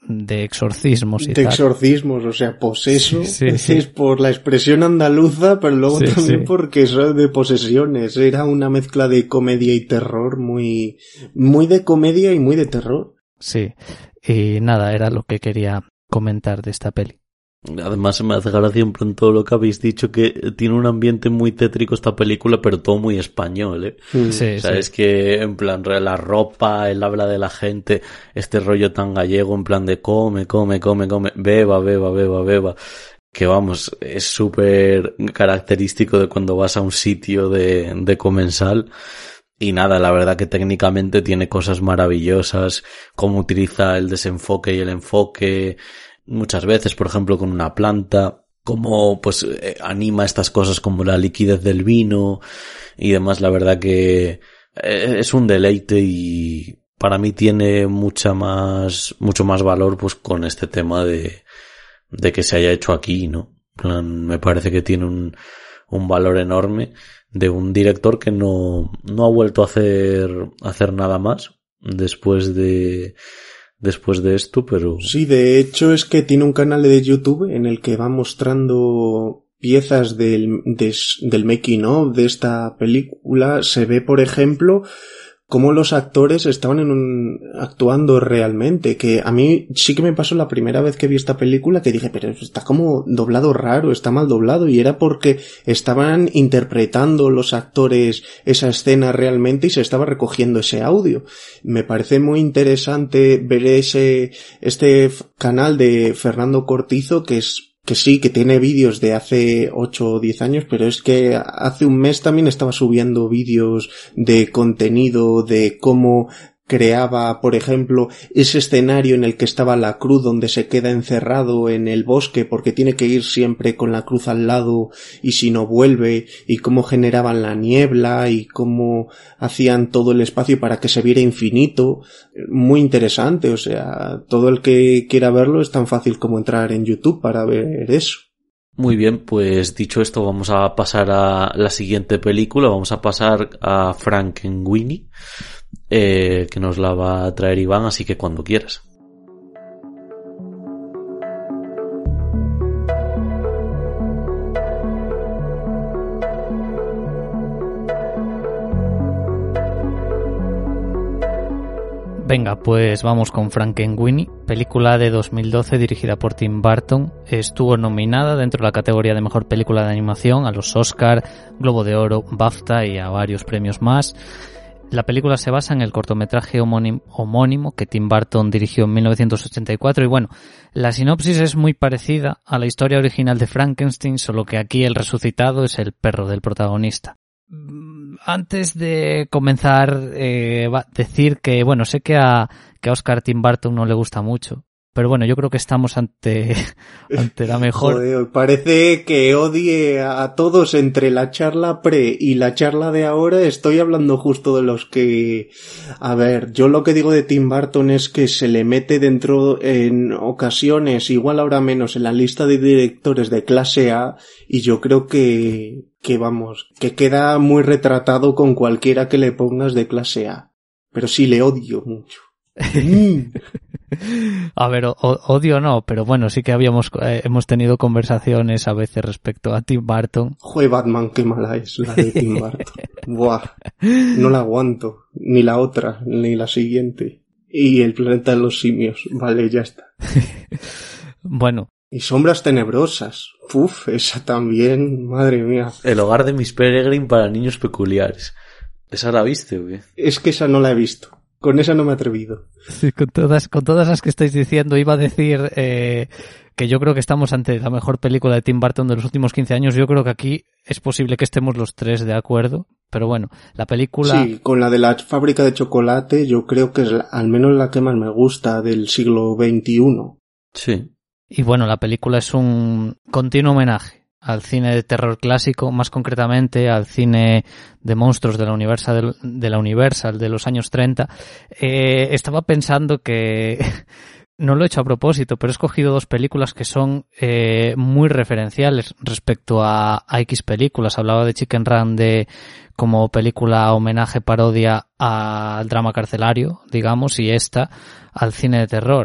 de exorcismos y de tal. exorcismos, o sea, poseso, sí, sí, sí. es por la expresión andaluza, pero luego sí, también sí. porque eso de posesiones, era una mezcla de comedia y terror, muy, muy de comedia y muy de terror. Sí, y nada, era lo que quería comentar de esta peli. Además se me hace gracia en plan todo lo que habéis dicho, que tiene un ambiente muy tétrico esta película, pero todo muy español, ¿eh? Mm. Sí, O sea, sí. es que en plan la ropa, el habla de la gente, este rollo tan gallego en plan de come, come, come, come, beba, beba, beba, beba, que vamos, es súper característico de cuando vas a un sitio de, de comensal. Y nada, la verdad que técnicamente tiene cosas maravillosas, cómo utiliza el desenfoque y el enfoque, muchas veces, por ejemplo, con una planta, cómo pues eh, anima estas cosas como la liquidez del vino y demás. La verdad que eh, es un deleite y para mí tiene mucha más, mucho más valor pues con este tema de, de que se haya hecho aquí, ¿no? En plan, me parece que tiene un, un valor enorme de un director que no, no ha vuelto a hacer, a hacer nada más después de, después de esto, pero... Sí, de hecho es que tiene un canal de YouTube en el que va mostrando piezas del, de, del making of de esta película. Se ve, por ejemplo, cómo los actores estaban en un, actuando realmente, que a mí sí que me pasó la primera vez que vi esta película que dije, pero está como doblado raro, está mal doblado, y era porque estaban interpretando los actores esa escena realmente y se estaba recogiendo ese audio. Me parece muy interesante ver ese, este canal de Fernando Cortizo, que es que sí, que tiene vídeos de hace ocho o diez años, pero es que hace un mes también estaba subiendo vídeos de contenido de cómo creaba, por ejemplo, ese escenario en el que estaba la cruz, donde se queda encerrado en el bosque porque tiene que ir siempre con la cruz al lado y si no vuelve, y cómo generaban la niebla y cómo hacían todo el espacio para que se viera infinito. Muy interesante, o sea, todo el que quiera verlo es tan fácil como entrar en YouTube para ver eso. Muy bien, pues dicho esto vamos a pasar a la siguiente película, vamos a pasar a Frankenweenie, eh, que nos la va a traer Iván, así que cuando quieras. Venga, pues vamos con Frankenweenie, película de dos mil doce dirigida por Tim Burton. Estuvo nominada dentro de la categoría de Mejor Película de Animación a los Oscar, Globo de Oro, BAFTA y a varios premios más. La película se basa en el cortometraje homónimo, homónimo que Tim Burton dirigió en mil novecientos ochenta y cuatro y bueno, la sinopsis es muy parecida a la historia original de Frankenstein, solo que aquí el resucitado es el perro del protagonista. Antes de comenzar, eh, va a decir que, bueno, sé que a, que a Oscar Tim Burton no le gusta mucho, pero bueno, yo creo que estamos ante, ante la mejor... Joder, parece que odie a todos entre la charla pre y la charla de ahora. Estoy hablando justo de los que... A ver, yo lo que digo de Tim Burton es que se le mete dentro en ocasiones, igual ahora menos, en la lista de directores de clase A, y yo creo que, que vamos, que queda muy retratado con cualquiera que le pongas de clase A. Pero sí le odio mucho. A ver, o, odio no, pero bueno, sí que habíamos eh, hemos tenido conversaciones a veces respecto a Tim Burton. Joder, Batman, qué mala es la de Tim Burton. Buah, no la aguanto, ni la otra, ni la siguiente. Y el planeta de los simios, vale, ya está. Bueno. Y Sombras tenebrosas, uf, esa también, madre mía. El hogar de Miss Peregrine para niños peculiares. ¿Esa la viste o qué? Es que esa no la he visto. Con esa no me he atrevido. Sí, con todas, con todas las que estáis diciendo, iba a decir eh, que yo creo que estamos ante la mejor película de Tim Burton de los últimos quince años. Yo creo que aquí es posible que estemos los tres de acuerdo, pero bueno, la película... Sí, con la de la fábrica de chocolate yo creo que es la, al menos la que más me gusta del siglo veintiuno. Sí. Y bueno, la película es un continuo homenaje al cine de terror clásico, más concretamente al cine de monstruos de la Universal de la Universal de los años treinta. Eh, estaba pensando que no lo he hecho a propósito, pero he escogido dos películas que son eh, muy referenciales respecto a, a X películas. Hablaba de Chicken Run de como película homenaje, parodia al drama carcelario, digamos, y esta al cine de terror.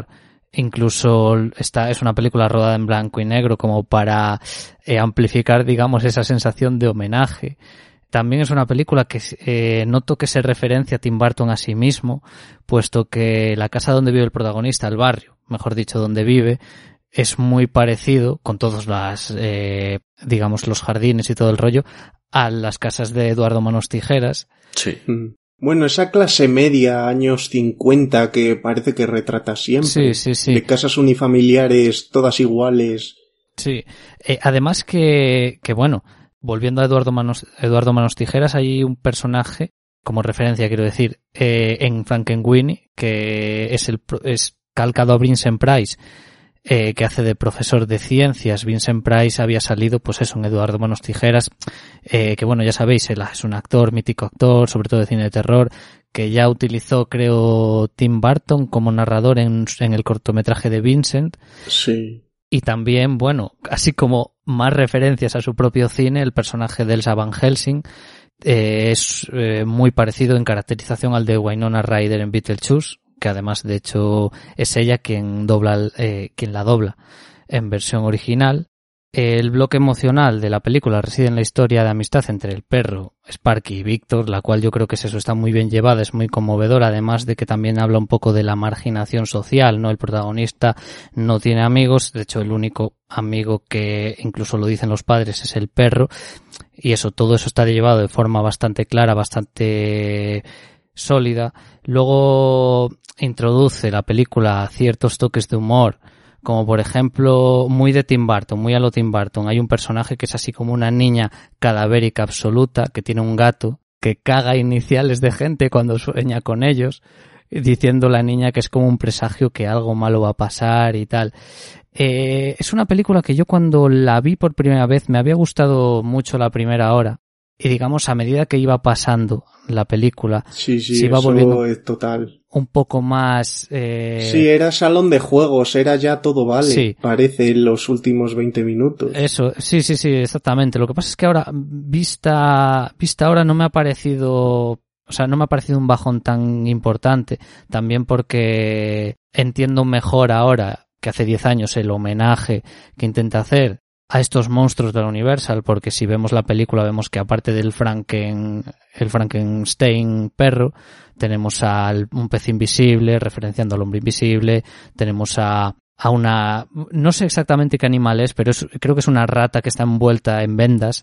Incluso esta es una película rodada en blanco y negro como para eh, amplificar, digamos, esa sensación de homenaje. También es una película que eh, noto que se referencia a Tim Burton a sí mismo, puesto que la casa donde vive el protagonista, el barrio, mejor dicho, donde vive, es muy parecido, con todos las, eh, digamos, los jardines y todo el rollo, a las casas de Eduardo Manos Tijeras. Sí. Bueno, esa clase media, años cincuenta, que parece que retrata siempre. Sí, sí, sí. De casas unifamiliares, todas iguales. Sí. Eh, además que, que bueno, volviendo a Eduardo Manos, Eduardo Manos Tijeras, hay un personaje, como referencia quiero decir, eh, en Frankenweenie, que es el es calcado a Vincent Price, eh, que hace de profesor de ciencias. Vincent Price había salido, pues eso, en Eduardo Manos Tijeras, eh, que bueno, ya sabéis, él es un actor, mítico actor, sobre todo de cine de terror, que ya utilizó, creo, Tim Burton como narrador en, en el cortometraje de Vincent. Sí. Y también, bueno, así como más referencias a su propio cine, el personaje de Elsa Van Helsing eh, es eh, muy parecido en caracterización al de Winona Ryder en Beetlejuice, que además, de hecho, es ella quien dobla, eh, quien la dobla en versión original. El bloque emocional de la película reside en la historia de amistad entre el perro, Sparky y Víctor, la cual yo creo que es eso, está muy bien llevada, es muy conmovedora, además de que también habla un poco de la marginación social, ¿no? El protagonista no tiene amigos, de hecho el único amigo que incluso lo dicen los padres es el perro, y eso, todo eso está llevado de forma bastante clara, bastante sólida. Luego introduce la película ciertos toques de humor, como por ejemplo muy de Tim Burton, muy a lo Tim Burton. Hay un personaje que es así como una niña cadavérica absoluta, que tiene un gato, que caga iniciales de gente cuando sueña con ellos, diciendo la niña que es como un presagio que algo malo va a pasar y tal. Eh, es una película que yo cuando la vi por primera vez me había gustado mucho la primera hora. Y digamos, a medida que iba pasando la película, sí, sí, se iba eso volviendo es total. Un poco más... Eh... Sí, era salón de juegos, era ya todo vale, sí. Parece, en los últimos veinte minutos. Eso, sí, sí, sí, exactamente. Lo que pasa es que ahora, vista, vista ahora no me ha parecido... O sea, no me ha parecido un bajón tan importante. También porque entiendo mejor ahora que hace diez años el homenaje que intenta hacer a estos monstruos de la Universal, porque si vemos la película vemos que aparte del Franken, el Frankenstein perro, tenemos a un pez invisible referenciando al hombre invisible, tenemos a, a una, no sé exactamente qué animal es, pero es, creo que es una rata que está envuelta en vendas,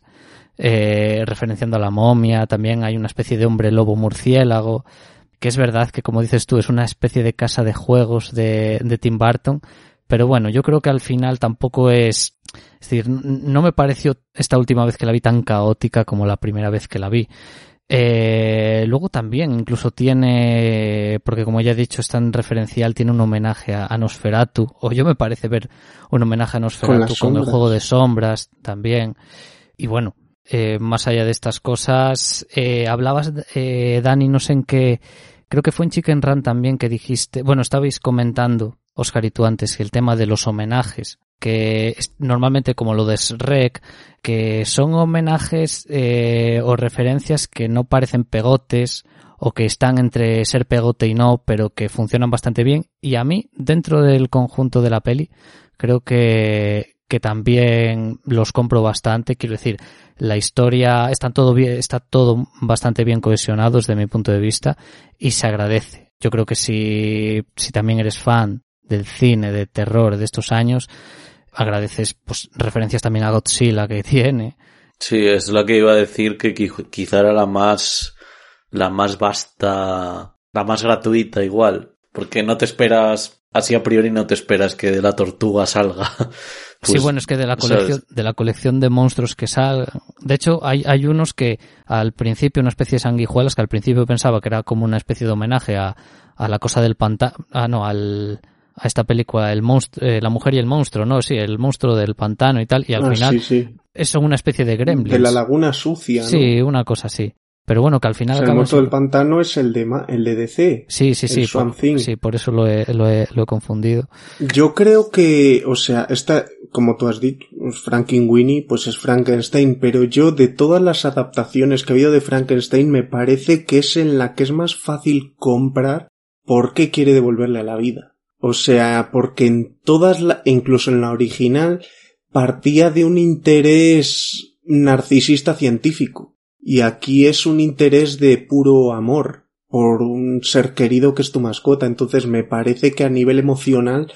eh, referenciando a la momia. También hay una especie de hombre lobo murciélago, que es verdad que, como dices tú, es una especie de casa de juegos de, de Tim Burton, pero bueno, yo creo que al final tampoco es... Es decir, no me pareció esta última vez que la vi tan caótica como la primera vez que la vi. Eh, luego también incluso tiene, porque como ya he dicho, es tan referencial, tiene un homenaje a, a Nosferatu, o yo me parece ver un homenaje a Nosferatu con, con el juego de sombras también. Y bueno, eh, más allá de estas cosas, eh, hablabas, eh, Dani, no sé en qué, creo que fue en Chicken Run también que dijiste, bueno, estabais comentando, Óscar y tú antes, que el tema de los homenajes, que es normalmente como lo de Shrek, que son homenajes eh, o referencias que no parecen pegotes o que están entre ser pegote y no, pero que funcionan bastante bien. Y a mí, dentro del conjunto de la peli, creo que, que también los compro bastante. Quiero decir, la historia está todo bien, está todo bastante bien cohesionado desde mi punto de vista y se agradece. Yo creo que si, si también eres fan del cine de terror de estos años, agradeces pues referencias también a Godzilla que tiene. Sí, es lo que iba a decir, que quizá era la más la más vasta, la más gratuita igual, porque no te esperas, así a priori no te esperas que de la tortuga salga. Pues, sí, bueno, es que de la colección, ¿sabes? de la colección de monstruos que sale, de hecho hay hay unos que al principio, una especie de sanguijuelas que al principio pensaba que era como una especie de homenaje a a la cosa del pantano, ah no, al a esta película, el monstruo, eh, La mujer y el monstruo, ¿no? Sí, el monstruo del pantano y tal, y al ah, final sí, sí. es una especie de gremlins. De la laguna sucia, ¿no? Sí, una cosa así. Pero bueno, que al final... O sea, el monstruo del pantano es el de, el de D C. Sí, sí, sí. El Swamp Thing. Sí, por eso lo he, lo, he, lo he confundido. Yo creo que, o sea, esta, como tú has dicho, Frankenweenie, pues es Frankenstein, pero yo de todas las adaptaciones que ha habido de Frankenstein me parece que es en la que es más fácil comprar por qué quiere devolverle a la vida. O sea, porque en todas, la, incluso en la original, partía de un interés narcisista científico. Y aquí es un interés de puro amor por un ser querido que es tu mascota. Entonces me parece que a nivel emocional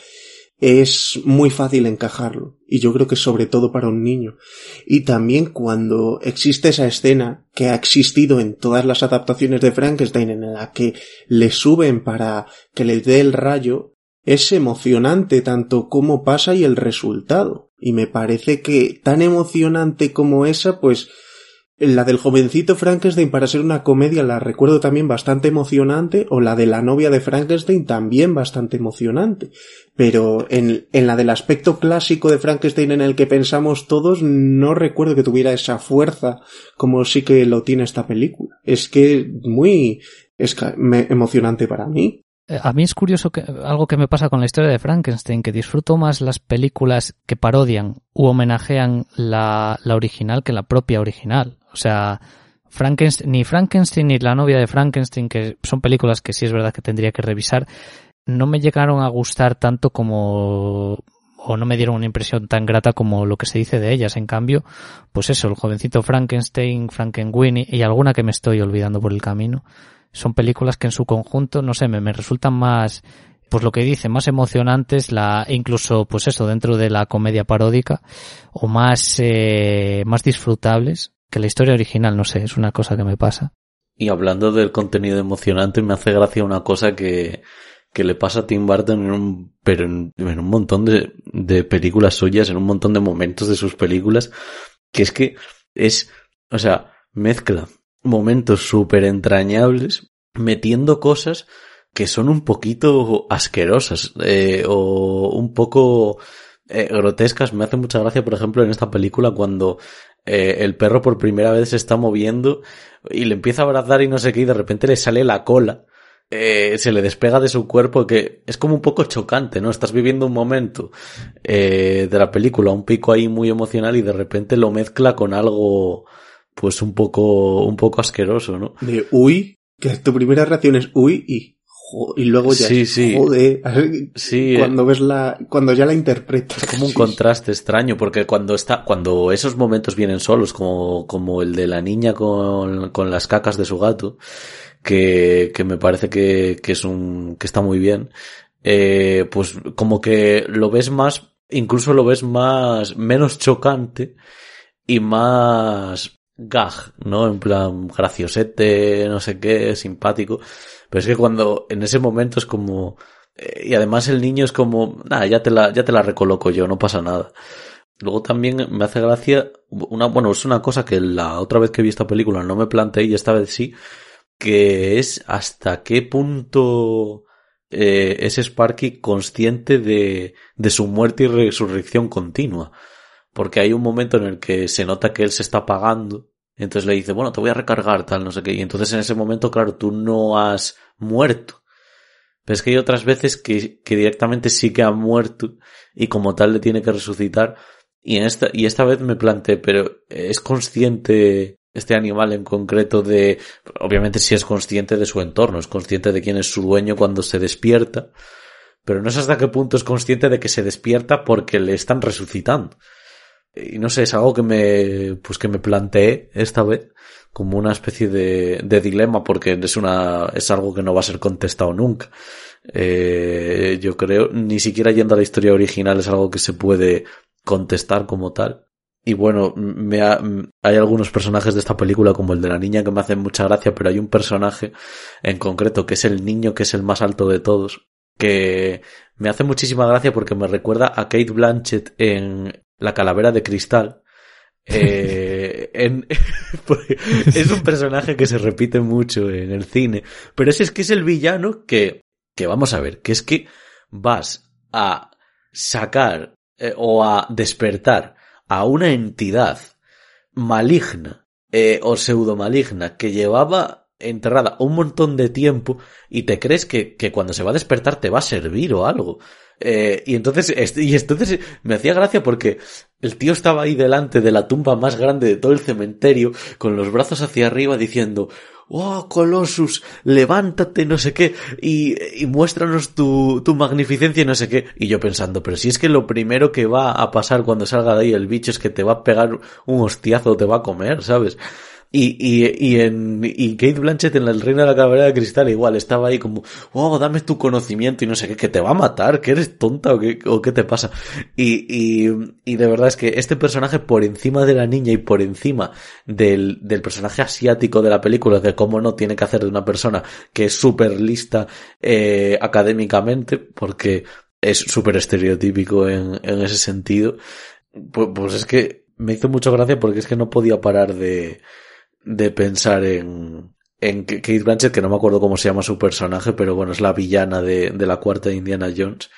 es muy fácil encajarlo. Y yo creo que sobre todo para un niño. Y también cuando existe esa escena que ha existido en todas las adaptaciones de Frankenstein, en la que le suben para que le dé el rayo, es emocionante tanto cómo pasa y el resultado. Y me parece que tan emocionante como esa, pues la del jovencito Frankenstein, para ser una comedia, la recuerdo también bastante emocionante, o la de la novia de Frankenstein también bastante emocionante. Pero en, en la del aspecto clásico de Frankenstein en el que pensamos todos, no recuerdo que tuviera esa fuerza como sí que lo tiene esta película. Es que muy es emocionante para mí. A mí es curioso que algo que me pasa con la historia de Frankenstein, que disfruto más las películas que parodian u homenajean la, la original que la propia original. O sea, Frankenstein, ni Frankenstein ni la novia de Frankenstein, que son películas que sí es verdad que tendría que revisar, no me llegaron a gustar tanto como, o no me dieron una impresión tan grata como lo que se dice de ellas. En cambio, pues eso, el jovencito Frankenstein, Frankenweenie y alguna que me estoy olvidando por el camino, son películas que en su conjunto, no sé, me, me resultan más, pues lo que dice, más emocionantes, la, incluso, pues eso, dentro de la comedia paródica, o más, eh, más disfrutables que la historia original, no sé, es una cosa que me pasa. Y hablando del contenido emocionante, me hace gracia una cosa que, que le pasa a Tim Burton en un, pero en, en un montón de, de películas suyas, en un montón de momentos de sus películas, que es que es, o sea, mezcla momentos súper entrañables metiendo cosas que son un poquito asquerosas eh, o un poco eh, grotescas. Me hace mucha gracia, por ejemplo, en esta película cuando eh, el perro por primera vez se está moviendo y le empieza a abrazar y no sé qué, y de repente le sale la cola, eh, se le despega de su cuerpo, que es como un poco chocante, ¿no? Estás viviendo un momento eh, de la película, un pico ahí muy emocional, y de repente lo mezcla con algo pues un poco un poco asqueroso, ¿no? De uy, que tu primera reacción es uy y y luego ya sí, es, sí. joder, sí, cuando ves la, cuando ya la interpretas. Es como un sí, contraste extraño, porque cuando está, cuando esos momentos vienen solos, como, como el de la niña con, con las cacas de su gato, que, que me parece que, que es un, que está muy bien, eh, pues como que lo ves más, incluso lo ves más, menos chocante y más gag, ¿no? En plan graciosete, no sé qué, simpático. Pero es que cuando en ese momento es como, eh, y además el niño es como, nada, ya te la, ya te la recoloco yo, no pasa nada. Luego también me hace gracia una, bueno, es una cosa que la otra vez que vi esta película no me planteé y esta vez sí, que es hasta qué punto eh, es Sparky consciente de, de su muerte y resurrección continua. Porque hay un momento en el que se nota que él se está apagando. Entonces le dice, bueno, te voy a recargar, tal, no sé qué. Y entonces en ese momento, claro, tú no has muerto. Pero es que hay otras veces que, que directamente sí que ha muerto y como tal le tiene que resucitar. Y en esta, y esta vez me planteé, pero ¿es consciente este animal en concreto de, obviamente sí es consciente de su entorno, es consciente de quién es su dueño cuando se despierta, pero no sé hasta qué punto es consciente de que se despierta porque le están resucitando? Y no sé, es algo que me, pues que me planteé esta vez como una especie de, de dilema, porque es una, es algo que no va a ser contestado nunca. Eh, yo creo, ni siquiera yendo a la historia original es algo que se puede contestar como tal. Y bueno, me ha, hay algunos personajes de esta película como el de la niña que me hacen mucha gracia, pero hay un personaje en concreto que es el niño, que es el más alto de todos, que me hace muchísima gracia porque me recuerda a Cate Blanchett en La calavera de cristal. Eh, en, es un personaje que se repite mucho en el cine, pero ese es que es el villano que, que vamos a ver, que es que vas a sacar eh, o a despertar a una entidad maligna eh, o pseudomaligna que llevaba enterrada un montón de tiempo y te crees que, que cuando se va a despertar te va a servir o algo. Eh, y entonces, y entonces me hacía gracia porque el tío estaba ahí delante de la tumba más grande de todo el cementerio, con los brazos hacia arriba diciendo, oh, Colossus, levántate, no sé qué, y, y muéstranos tu, tu magnificencia y no sé qué. Y yo pensando, pero si es que lo primero que va a pasar cuando salga de ahí el bicho es que te va a pegar un hostiazo o te va a comer, ¿sabes? Y, y, y en, y Kate Blanchett en El Reino de la Calavera de Cristal igual estaba ahí como, oh, dame tu conocimiento y no sé qué, que te va a matar, que eres tonta o qué, o qué te pasa. Y, y, y de verdad es que este personaje por encima de la niña y por encima del, del personaje asiático de la película, de cómo no tiene que hacer de una persona que es súper lista, eh, académicamente, porque es súper estereotípico en, en ese sentido, pues, pues es que me hizo mucha gracia porque es que no podía parar de, de pensar en, en Kate Blanchett, que no me acuerdo cómo se llama su personaje, pero bueno, es la villana de, de la cuarta de Indiana Jones.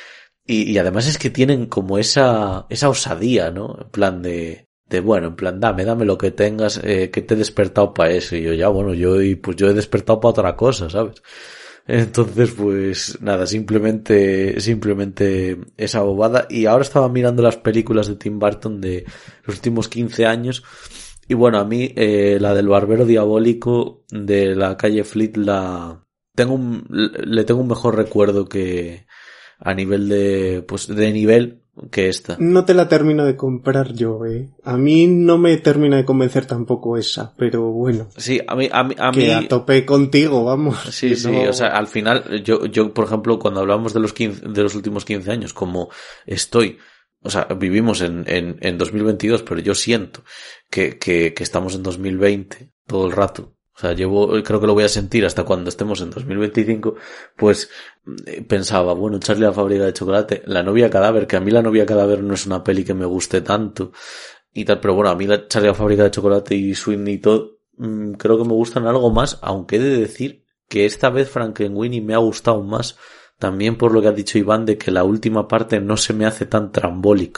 Y, y además es que tienen como esa, esa osadía, ¿no? En plan de, de bueno, en plan, dame, dame lo que tengas, eh, que te he despertado para eso. Y yo ya, bueno, yo, y pues yo he despertado para otra cosa, ¿sabes? Entonces, pues, nada, simplemente, simplemente esa bobada. Y ahora estaba mirando las películas de Tim Burton de los últimos quince años. Y bueno, a mí, eh, la del Barbero Diabólico de la calle Fleet, la, tengo un, le tengo un mejor recuerdo que, a nivel de, pues, de nivel que esta. No te la termino de comprar yo, eh. A mí no me termina de convencer tampoco esa, pero bueno. Sí, a mí, a mí, a que mí. a tope contigo, vamos. Sí, sí, no... o sea, al final, yo, yo, por ejemplo, cuando hablamos de los quince, de los últimos quince años, como estoy, o sea, vivimos en, en, en dos mil veintidós, pero yo siento que, que, que estamos en dos mil veinte todo el rato. O sea, llevo, creo que lo voy a sentir hasta cuando estemos en dos mil veinticinco, pues pensaba, bueno, Charlie la fábrica de chocolate, La novia cadáver, que a mí La novia cadáver no es una peli que me guste tanto y tal, pero bueno, a mí la Charlie la fábrica de chocolate y Sweeney Todd mmm, creo que me gustan algo más, aunque he de decir que esta vez Frankenweenie me ha gustado más, también por lo que ha dicho Iván de que la última parte no se me hace tan trambólica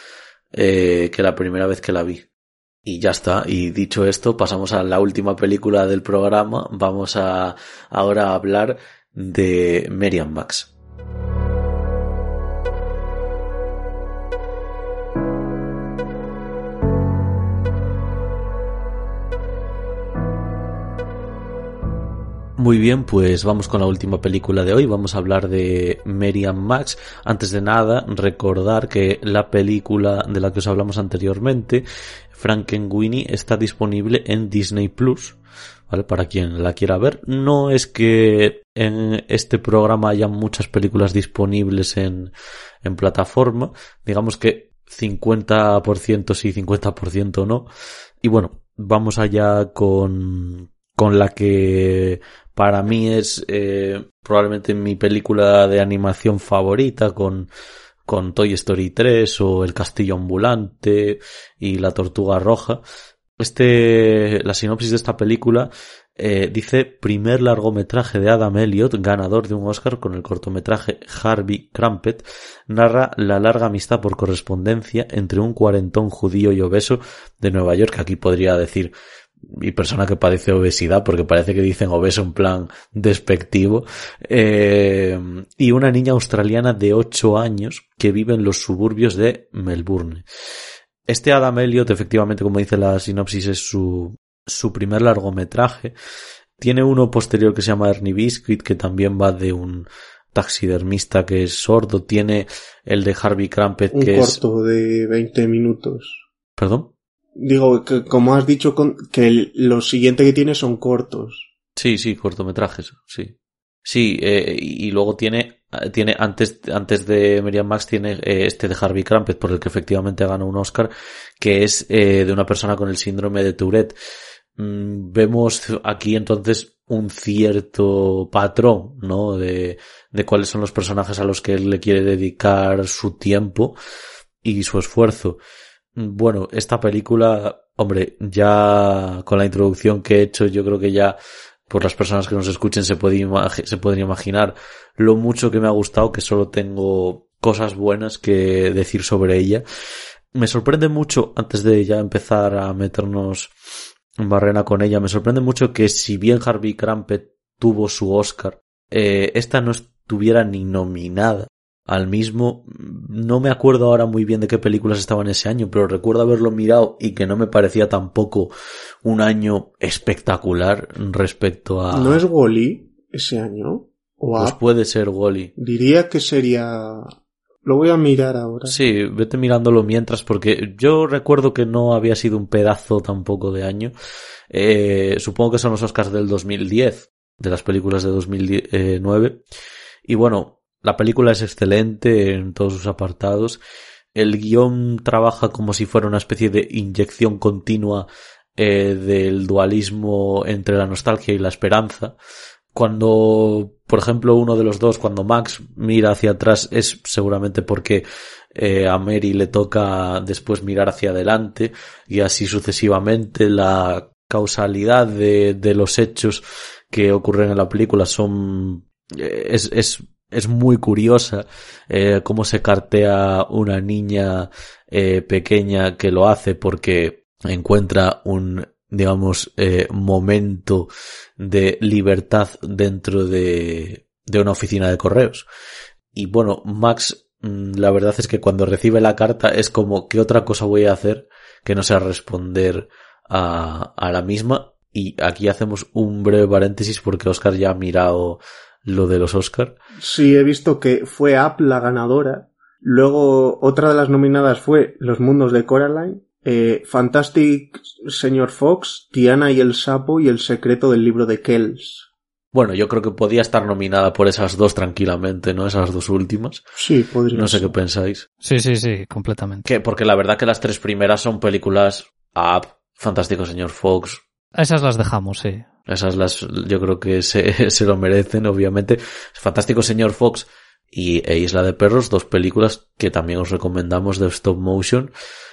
eh, que la primera vez que la vi. Y ya está, y dicho esto, pasamos a la última película del programa. Vamos a ahora a hablar de Merian Max. Muy bien, pues vamos con la última película de hoy. Vamos a hablar de Merian Max. Antes de nada, recordar que la película de la que os hablamos anteriormente, Frankenweenie, está disponible en Disney Plus, ¿vale? Para quien la quiera ver. No es que en este programa haya muchas películas disponibles en, en plataforma. Digamos que cincuenta por ciento sí, cincuenta por ciento no. Y bueno, vamos allá con, con la que para mí es eh, probablemente mi película de animación favorita, con, con Toy Story tres o El castillo ambulante y La tortuga roja. Este, la sinopsis de esta película eh, dice: primer largometraje de Adam Elliott, ganador de un Oscar con el cortometraje Harvey Crumpet, narra la larga amistad por correspondencia entre un cuarentón judío y obeso de Nueva York, que aquí podría decir y persona que padece obesidad, porque parece que dicen obeso en plan despectivo, eh, y una niña australiana de ocho años que vive en los suburbios de Melbourne. Este Adam Elliott, efectivamente, como dice la sinopsis, es su, su primer largometraje. Tiene uno posterior que se llama Ernie Biscuit, que también va de un taxidermista que es sordo. Tiene el de Harvey Crumpet, un que es... Un corto de veinte minutos. ¿Perdón? Digo, que como has dicho, que el, lo siguiente que tiene son cortos. Sí, sí, cortometrajes, sí. Sí, eh, y luego tiene, tiene antes, antes de Merian Max tiene eh, este de Harvey Crumpet, por el que efectivamente ganó un Oscar, que es eh, de una persona con el síndrome de Tourette. Mm, vemos aquí entonces un cierto patrón, ¿no? De, de cuáles son los personajes a los que él le quiere dedicar su tiempo y su esfuerzo. Bueno, esta película, hombre, ya con la introducción que he hecho, yo creo que ya por las personas que nos escuchen se puede imag- se pueden imaginar lo mucho que me ha gustado, que solo tengo cosas buenas que decir sobre ella. Me sorprende mucho, antes de ya empezar a meternos en barrena con ella, me sorprende mucho que si bien Harvey Crumpet tuvo su Oscar, eh, esta no estuviera ni nominada al mismo. No me acuerdo ahora muy bien de qué películas estaban ese año, pero recuerdo haberlo mirado y que no me parecía tampoco un año espectacular respecto a... ¿No es Wall-E ese año? ¿O Pues Up? puede ser Wall-E. Diría que sería... Lo voy a mirar ahora. Sí, vete mirándolo mientras, porque yo recuerdo que no había sido un pedazo tampoco de año. Eh, supongo que son los Oscars del dos mil diez, de las películas de dos mil nueve. Y bueno, la película es excelente en todos sus apartados. El guión trabaja como si fuera una especie de inyección continua eh, del dualismo entre la nostalgia y la esperanza. Cuando, por ejemplo, uno de los dos, cuando Max mira hacia atrás, es seguramente porque eh, a Mary le toca después mirar hacia adelante, y así sucesivamente. La causalidad de, de los hechos que ocurren en la película son es es es muy curiosa, eh, cómo se cartea una niña eh, pequeña que lo hace porque encuentra un, digamos, eh, momento de libertad dentro de, de una oficina de correos. Y bueno, Max, la verdad es que cuando recibe la carta es como, ¿qué otra cosa voy a hacer que no sea responder a, a la misma? Y aquí hacemos un breve paréntesis porque Oscar ya ha mirado lo de los Oscar. Sí, he visto que fue Up la ganadora. Luego, otra de las nominadas fue Los mundos de Coraline, eh, Fantastic señor Fox, Tiana y el sapo y El secreto del libro de Kells. Bueno, yo creo que podía estar nominada por esas dos tranquilamente, ¿no? Esas dos últimas. Sí, podría No sé ser. qué pensáis. Sí, sí, sí, completamente. Que, porque la verdad que las tres primeras son películas Up, Fantástico señor Fox. Esas las dejamos, sí. Esas las, yo creo que se, se lo merecen, obviamente. Fantástico señor Fox y e Isla de Perros, dos películas que también os recomendamos de stop motion,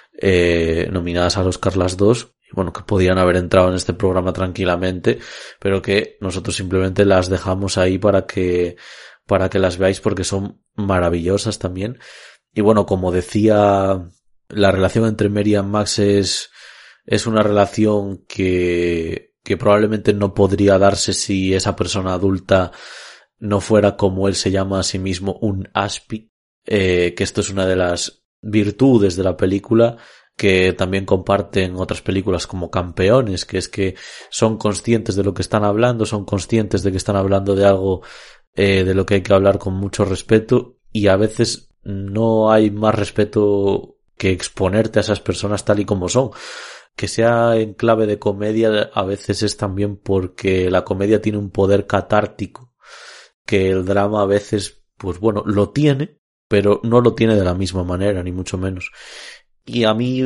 eh, nominadas al Oscar las dos. Y bueno, que podían haber entrado en este programa tranquilamente, pero que nosotros simplemente las dejamos ahí para que, para que las veáis porque son maravillosas también. Y bueno, como decía, la relación entre Mary y Max es, es una relación que, que probablemente no podría darse si esa persona adulta no fuera, como él se llama a sí mismo, un aspi, eh, que esto es una de las virtudes de la película que también comparten otras películas como Campeones, que es que son conscientes de lo que están hablando, son conscientes de que están hablando de algo eh, de lo que hay que hablar con mucho respeto, y a veces no hay más respeto que exponerte a esas personas tal y como son. Que sea en clave de comedia a veces es también porque la comedia tiene un poder catártico que el drama a veces, pues bueno, lo tiene, pero no lo tiene de la misma manera, ni mucho menos. Y a mí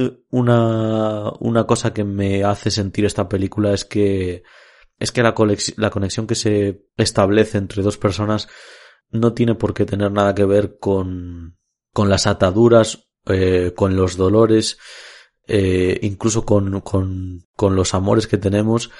una, una cosa que me hace sentir esta película es que, es que la, conex, la conexión que se establece entre dos personas no tiene por qué tener nada que ver con, con las ataduras, eh, con los dolores, eh, incluso con, con, con los amores que tenemos,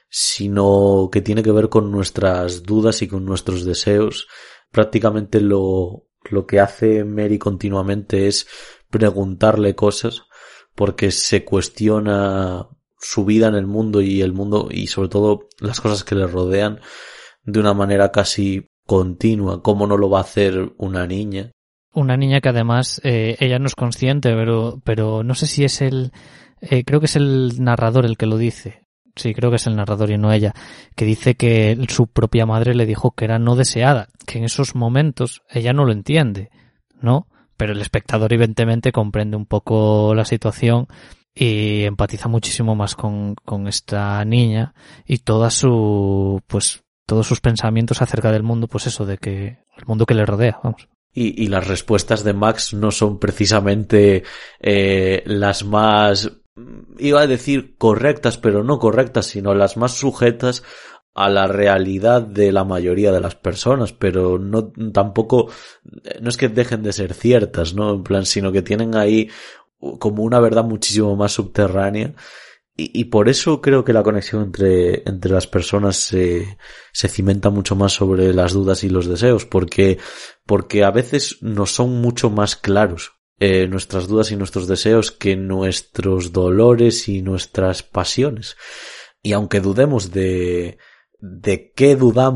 sino que tiene que ver con nuestras dudas y con nuestros deseos. Prácticamente lo, lo que hace Mary continuamente es preguntarle cosas porque se cuestiona su vida en el mundo y el mundo y sobre todo las cosas que le rodean de una manera casi continua. ¿Cómo no lo va a hacer una niña? Una niña que además eh, ella no es consciente, pero pero no sé si es el eh, creo que es el narrador el que lo dice. Sí, creo que es el narrador y no ella, que dice que su propia madre le dijo que era no deseada, que en esos momentos ella no lo entiende, ¿no? Pero el espectador evidentemente comprende un poco la situación y empatiza muchísimo más con, con esta niña y toda su, pues, todos sus pensamientos acerca del mundo, pues eso, de que, el mundo que le rodea, vamos. Y, y las respuestas de Max no son precisamente eh, las más, iba a decir correctas, pero no correctas, sino las más sujetas a la realidad de la mayoría de las personas, pero no tampoco, no es que dejen de ser ciertas, ¿no? En plan, sino que tienen ahí como una verdad muchísimo más subterránea. Y, y por eso creo que la conexión entre, entre las personas se, se cimenta mucho más sobre las dudas y los deseos, porque, porque a veces nos son mucho más claros eh, nuestras dudas y nuestros deseos que nuestros dolores y nuestras pasiones. Y aunque dudemos de, de qué dudamos,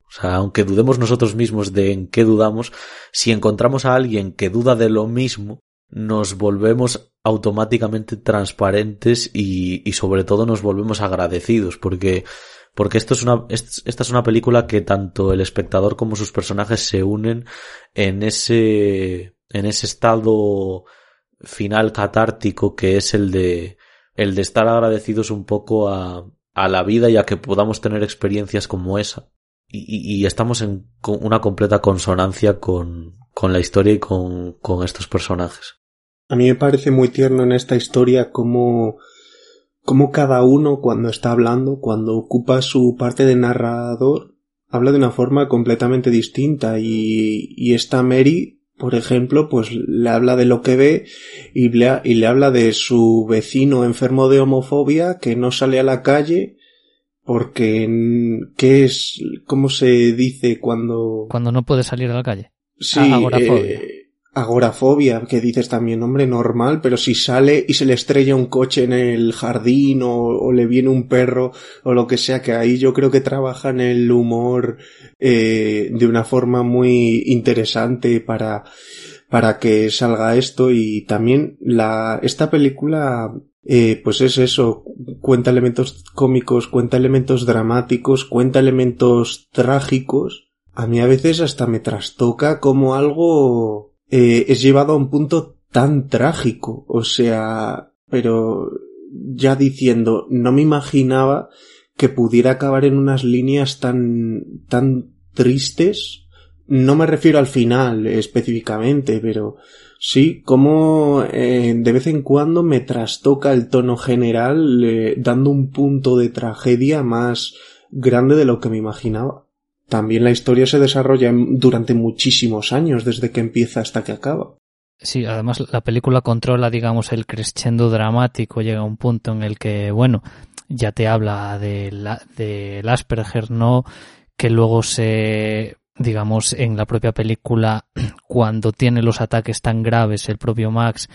O sea, aunque dudemos nosotros mismos de en qué dudamos, si encontramos a alguien que duda de lo mismo, nos volvemos automáticamente transparentes y, y sobre todo nos volvemos agradecidos, porque, porque esto es una, esta es una película que tanto el espectador como sus personajes se unen en ese, en ese estado final catártico que es el de, el de estar agradecidos un poco a, a la vida y a que podamos tener experiencias como esa. Y, y, y estamos en una completa consonancia con, con la historia y con, con estos personajes. A mí me parece muy tierno en esta historia cómo, cómo cada uno cuando está hablando, cuando ocupa su parte de narrador, habla de una forma completamente distinta y, y esta Mary, por ejemplo, pues le habla de lo que ve y le, y le habla de su vecino enfermo de homofobia que no sale a la calle porque, ¿qué es? ¿Cómo se dice cuando...? Cuando no puede salir a la calle. Sí, agorafobia. Eh, agorafobia, que dices también, hombre, normal, pero si sale y se le estrella un coche en el jardín o, o le viene un perro o lo que sea, que ahí yo creo que trabajan el humor eh, de una forma muy interesante para, para que salga esto. Y también la, esta película... Eh, pues es eso, cuenta elementos cómicos, cuenta elementos dramáticos, cuenta elementos trágicos. A mí a veces hasta me trastoca como algo eh, es llevado a un punto tan trágico, o sea, pero ya diciendo, no me imaginaba que pudiera acabar en unas líneas tan, tan tristes. No me refiero al final específicamente, pero sí, como eh, de vez en cuando me trastoca el tono general, eh, dando un punto de tragedia más grande de lo que me imaginaba. También la historia se desarrolla durante muchísimos años, desde que empieza hasta que acaba. Sí, además la película controla, digamos, el crescendo dramático, llega a un punto en el que, bueno, ya te habla de la, del Asperger, ¿no? Que luego se... digamos, en la propia película, cuando tiene los ataques tan graves el propio Max,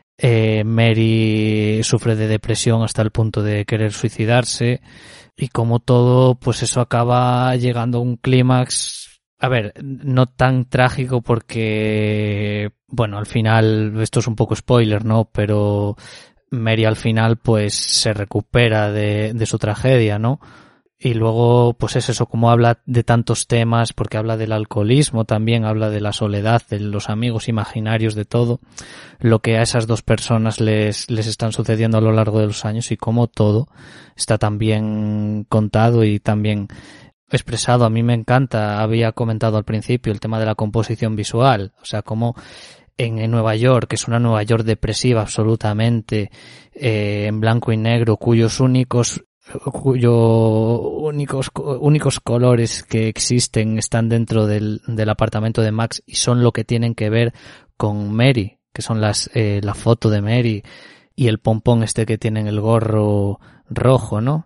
eh, Mary sufre de depresión hasta el punto de querer suicidarse, y como todo, pues eso acaba llegando a un clímax, a ver, no tan trágico porque, bueno, al final, esto es un poco spoiler, ¿no? Pero Mary al final, pues, se recupera de, de su tragedia, ¿no? Y luego, pues es eso, como habla de tantos temas, porque habla del alcoholismo también, habla de la soledad, de los amigos imaginarios, de todo, lo que a esas dos personas les, les están sucediendo a lo largo de los años y cómo todo está tan bien contado y tan bien expresado. A mí me encanta, había comentado al principio, el tema de la composición visual, o sea, como en, en Nueva York, que es una Nueva York depresiva absolutamente, eh, en blanco y negro, cuyos únicos cuyo únicos únicos colores que existen están dentro del, del apartamento de Max y son lo que tienen que ver con Mary, que son las eh, la foto de Mary y el pompón este que tiene en el gorro rojo, ¿no?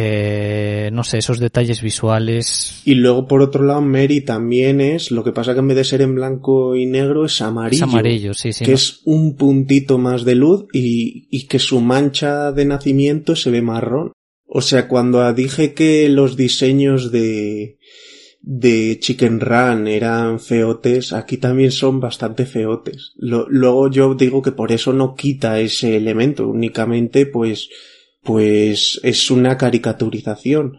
Eh, no sé, esos detalles visuales. Y luego por otro lado Mary también es, lo que pasa que en vez de ser en blanco y negro es amarillo, es amarillo, sí, sí, que ¿no? Es un puntito más de luz y, y que su mancha de nacimiento se ve marrón. O sea, cuando dije que los diseños de, de Chicken Run eran feotes, aquí también son bastante feotes. Lo, luego yo digo que por eso no quita ese elemento, únicamente pues, pues es una caricaturización.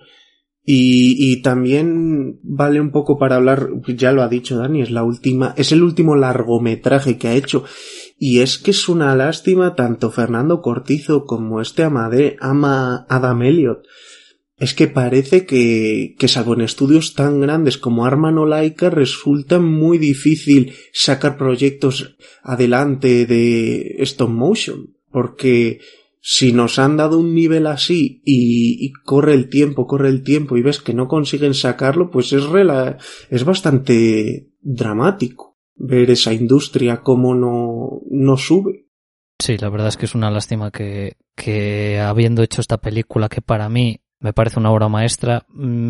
Y, y también vale un poco para hablar, ya lo ha dicho Dani, es la última, es el último largometraje que ha hecho. Y es que es una lástima tanto Fernando Cortizo como este Amade, ama Adam Elliot. Es que parece que, que salvo en estudios tan grandes como Arman o Laika resulta muy difícil sacar proyectos adelante de stop motion. Porque si nos han dado un nivel así y, y corre el tiempo, corre el tiempo y ves que no consiguen sacarlo, pues es, rela, es bastante dramático ver esa industria como no, no sube. Sí, la verdad es que es una lástima que, que habiendo hecho esta película que para mí me parece una obra maestra,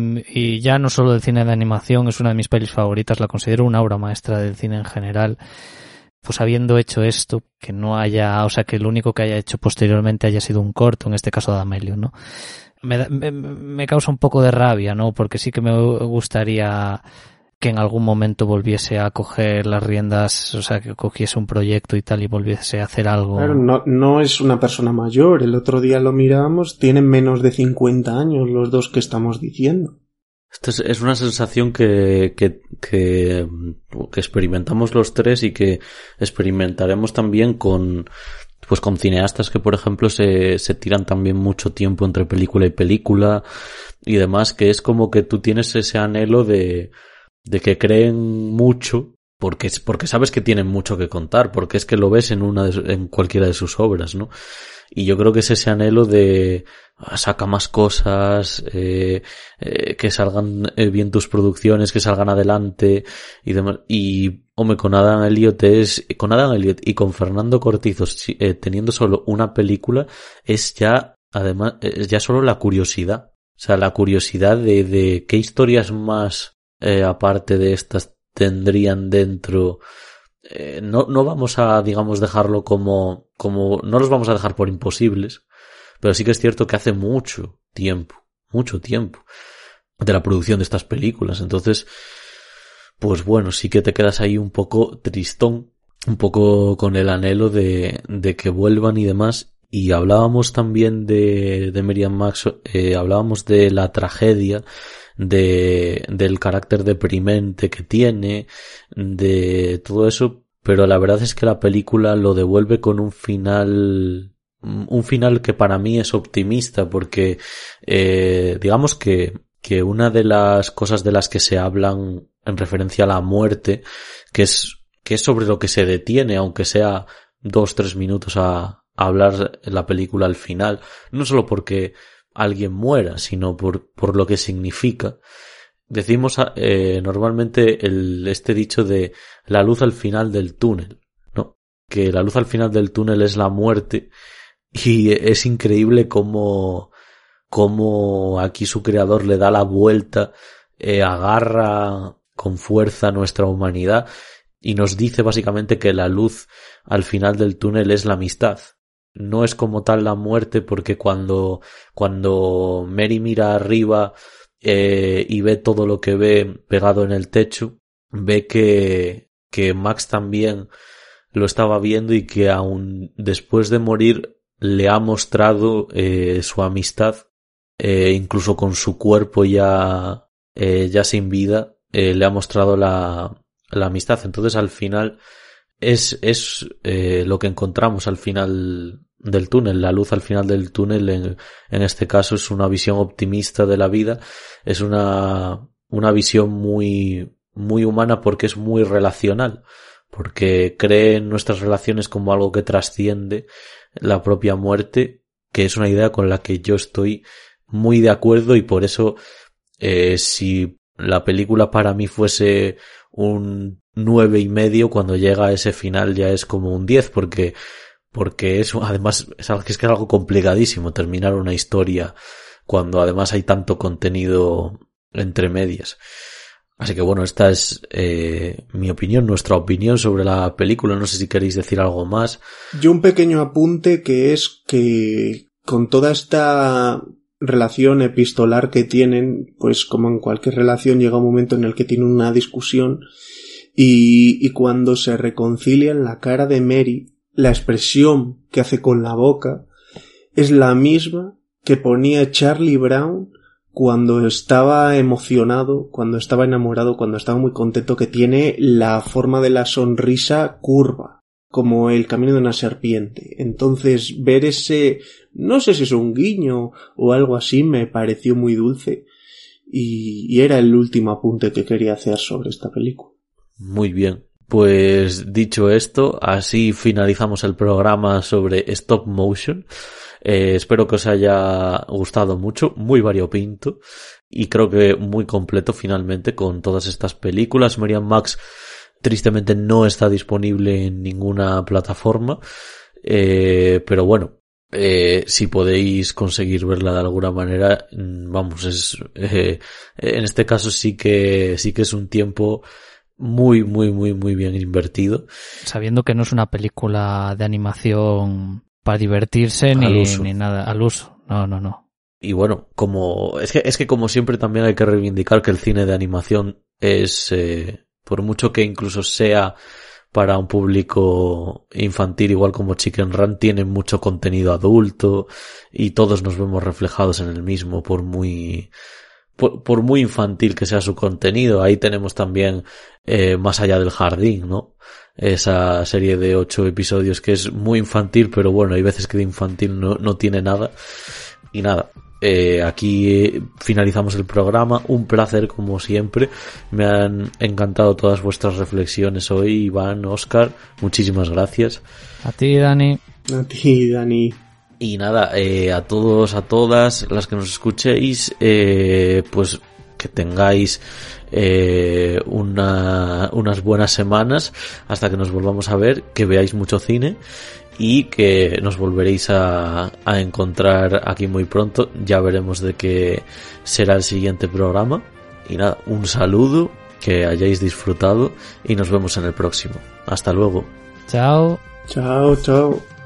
y ya no solo del cine de animación, es una de mis pelis favoritas, la considero una obra maestra del cine en general, pues habiendo hecho esto, que no haya, o sea, que lo único que haya hecho posteriormente haya sido un corto, en este caso de Amelio, ¿no? me, da, me, me causa un poco de rabia, ¿no? Porque sí que me gustaría que en algún momento volviese a coger las riendas, o sea, que cogiese un proyecto y tal y volviese a hacer algo. Claro, no, no es una persona mayor. El otro día lo mirábamos, tienen menos de cincuenta años los dos que estamos diciendo. Esto es, es una sensación que, que, que, que experimentamos los tres y que experimentaremos también con, pues con cineastas que, por ejemplo, se, se tiran también mucho tiempo entre película y película y demás, que es como que tú tienes ese anhelo de, de que creen mucho porque, porque sabes que tienen mucho que contar, porque es que lo ves en una de, en cualquiera de sus obras, ¿no? Y yo creo que es ese anhelo de saca más cosas, eh, eh, que salgan bien tus producciones, que salgan adelante y demás. Y, hombre, con Adam Elliot es, con Adam Elliot y con Fernando Cortizos, eh, teniendo solo una película, es ya, además, es ya solo la curiosidad. O sea, la curiosidad de, de qué historias más, eh, aparte de estas tendrían dentro. Eh, no, no vamos a, digamos, dejarlo como, como, no los vamos a dejar por imposibles, pero sí que es cierto que hace mucho tiempo, mucho tiempo de la producción de estas películas. Entonces, pues bueno, sí que te quedas ahí un poco tristón, un poco con el anhelo de, de que vuelvan y demás. Y hablábamos también de, de Miriam Max, eh, hablábamos de la tragedia, de, del carácter deprimente que tiene, de todo eso, pero la verdad es que la película lo devuelve con un final, un final que para mí es optimista, porque, eh, digamos que, que una de las cosas de las que se hablan en referencia a la muerte, que es, que es sobre lo que se detiene, aunque sea dos, tres minutos a, a hablar en la película al final, no solo porque alguien muera, sino por, por lo que significa. Decimos eh, normalmente el, este dicho de la luz al final del túnel, ¿no? Que la luz al final del túnel es la muerte, y es increíble cómo, cómo aquí su creador le da la vuelta, eh, agarra con fuerza nuestra humanidad y nos dice básicamente que la luz al final del túnel es la amistad. No es como tal la muerte, porque cuando, cuando Mary mira arriba eh, y ve todo lo que ve pegado en el techo, ve que, que Max también lo estaba viendo y que aún después de morir le ha mostrado eh, su amistad, eh, incluso con su cuerpo ya, eh, ya sin vida, eh, le ha mostrado la, la amistad. Entonces al final es, es eh, lo que encontramos al final del túnel, la luz al final del túnel. En, en este caso es una visión optimista de la vida, es una, una visión muy, muy humana, porque es muy relacional, porque cree en nuestras relaciones como algo que trasciende la propia muerte, que es una idea con la que yo estoy muy de acuerdo. Y por eso, eh, si la película para mí fuese un nueve y medio, cuando llega a ese final ya es como un diez, porque porque eso además es algo que es que es algo complicadísimo terminar una historia cuando además hay tanto contenido entre medias. Así que bueno, esta es eh, mi opinión, nuestra opinión sobre la película. No sé si queréis decir algo más. Yo un pequeño apunte, que es que con toda esta relación epistolar que tienen, pues como en cualquier relación llega un momento en el que tienen una discusión, y, y cuando se reconcilian, la cara de Mary, la expresión que hace con la boca, es la misma que ponía Charlie Brown cuando estaba emocionado, cuando estaba enamorado, cuando estaba muy contento, que tiene la forma de la sonrisa curva, como el camino de una serpiente. Entonces, ver ese, no sé si es un guiño o algo así, me pareció muy dulce, y, y era el último apunte que quería hacer sobre esta película. Muy bien. Pues dicho esto, así finalizamos el programa sobre stop motion. Eh, espero que os haya gustado mucho, muy variopinto y creo que muy completo finalmente con todas estas películas. Miriam Max tristemente no está disponible en ninguna plataforma, eh, pero bueno, eh, si podéis conseguir verla de alguna manera, vamos, es eh, en este caso sí que sí que es un tiempo muy, muy, muy, muy bien invertido. Sabiendo que no es una película de animación para divertirse ni, ni nada, al uso. No, no, no. Y bueno, como es que es que como siempre también hay que reivindicar que el cine de animación es, eh, por mucho que incluso sea para un público infantil, igual como Chicken Run, tiene mucho contenido adulto y todos nos vemos reflejados en el mismo, por muy por, por muy infantil que sea su contenido. Ahí tenemos también eh, Más allá del jardín, ¿no? Esa serie de ocho episodios que es muy infantil, pero bueno, hay veces que de infantil no, no tiene nada. Y nada, eh, aquí finalizamos el programa. Un placer como siempre. Me han encantado todas vuestras reflexiones hoy, Iván, Óscar. Muchísimas gracias. A ti, Dani. A ti, Dani. Y nada, eh, a todos, a todas las que nos escuchéis, eh, pues que tengáis eh, una, unas buenas semanas hasta que nos volvamos a ver, que veáis mucho cine y que nos volveréis a, a encontrar aquí muy pronto. Ya veremos de qué será el siguiente programa. Y nada, un saludo, que hayáis disfrutado y nos vemos en el próximo. Hasta luego. Chao. Chao, chao.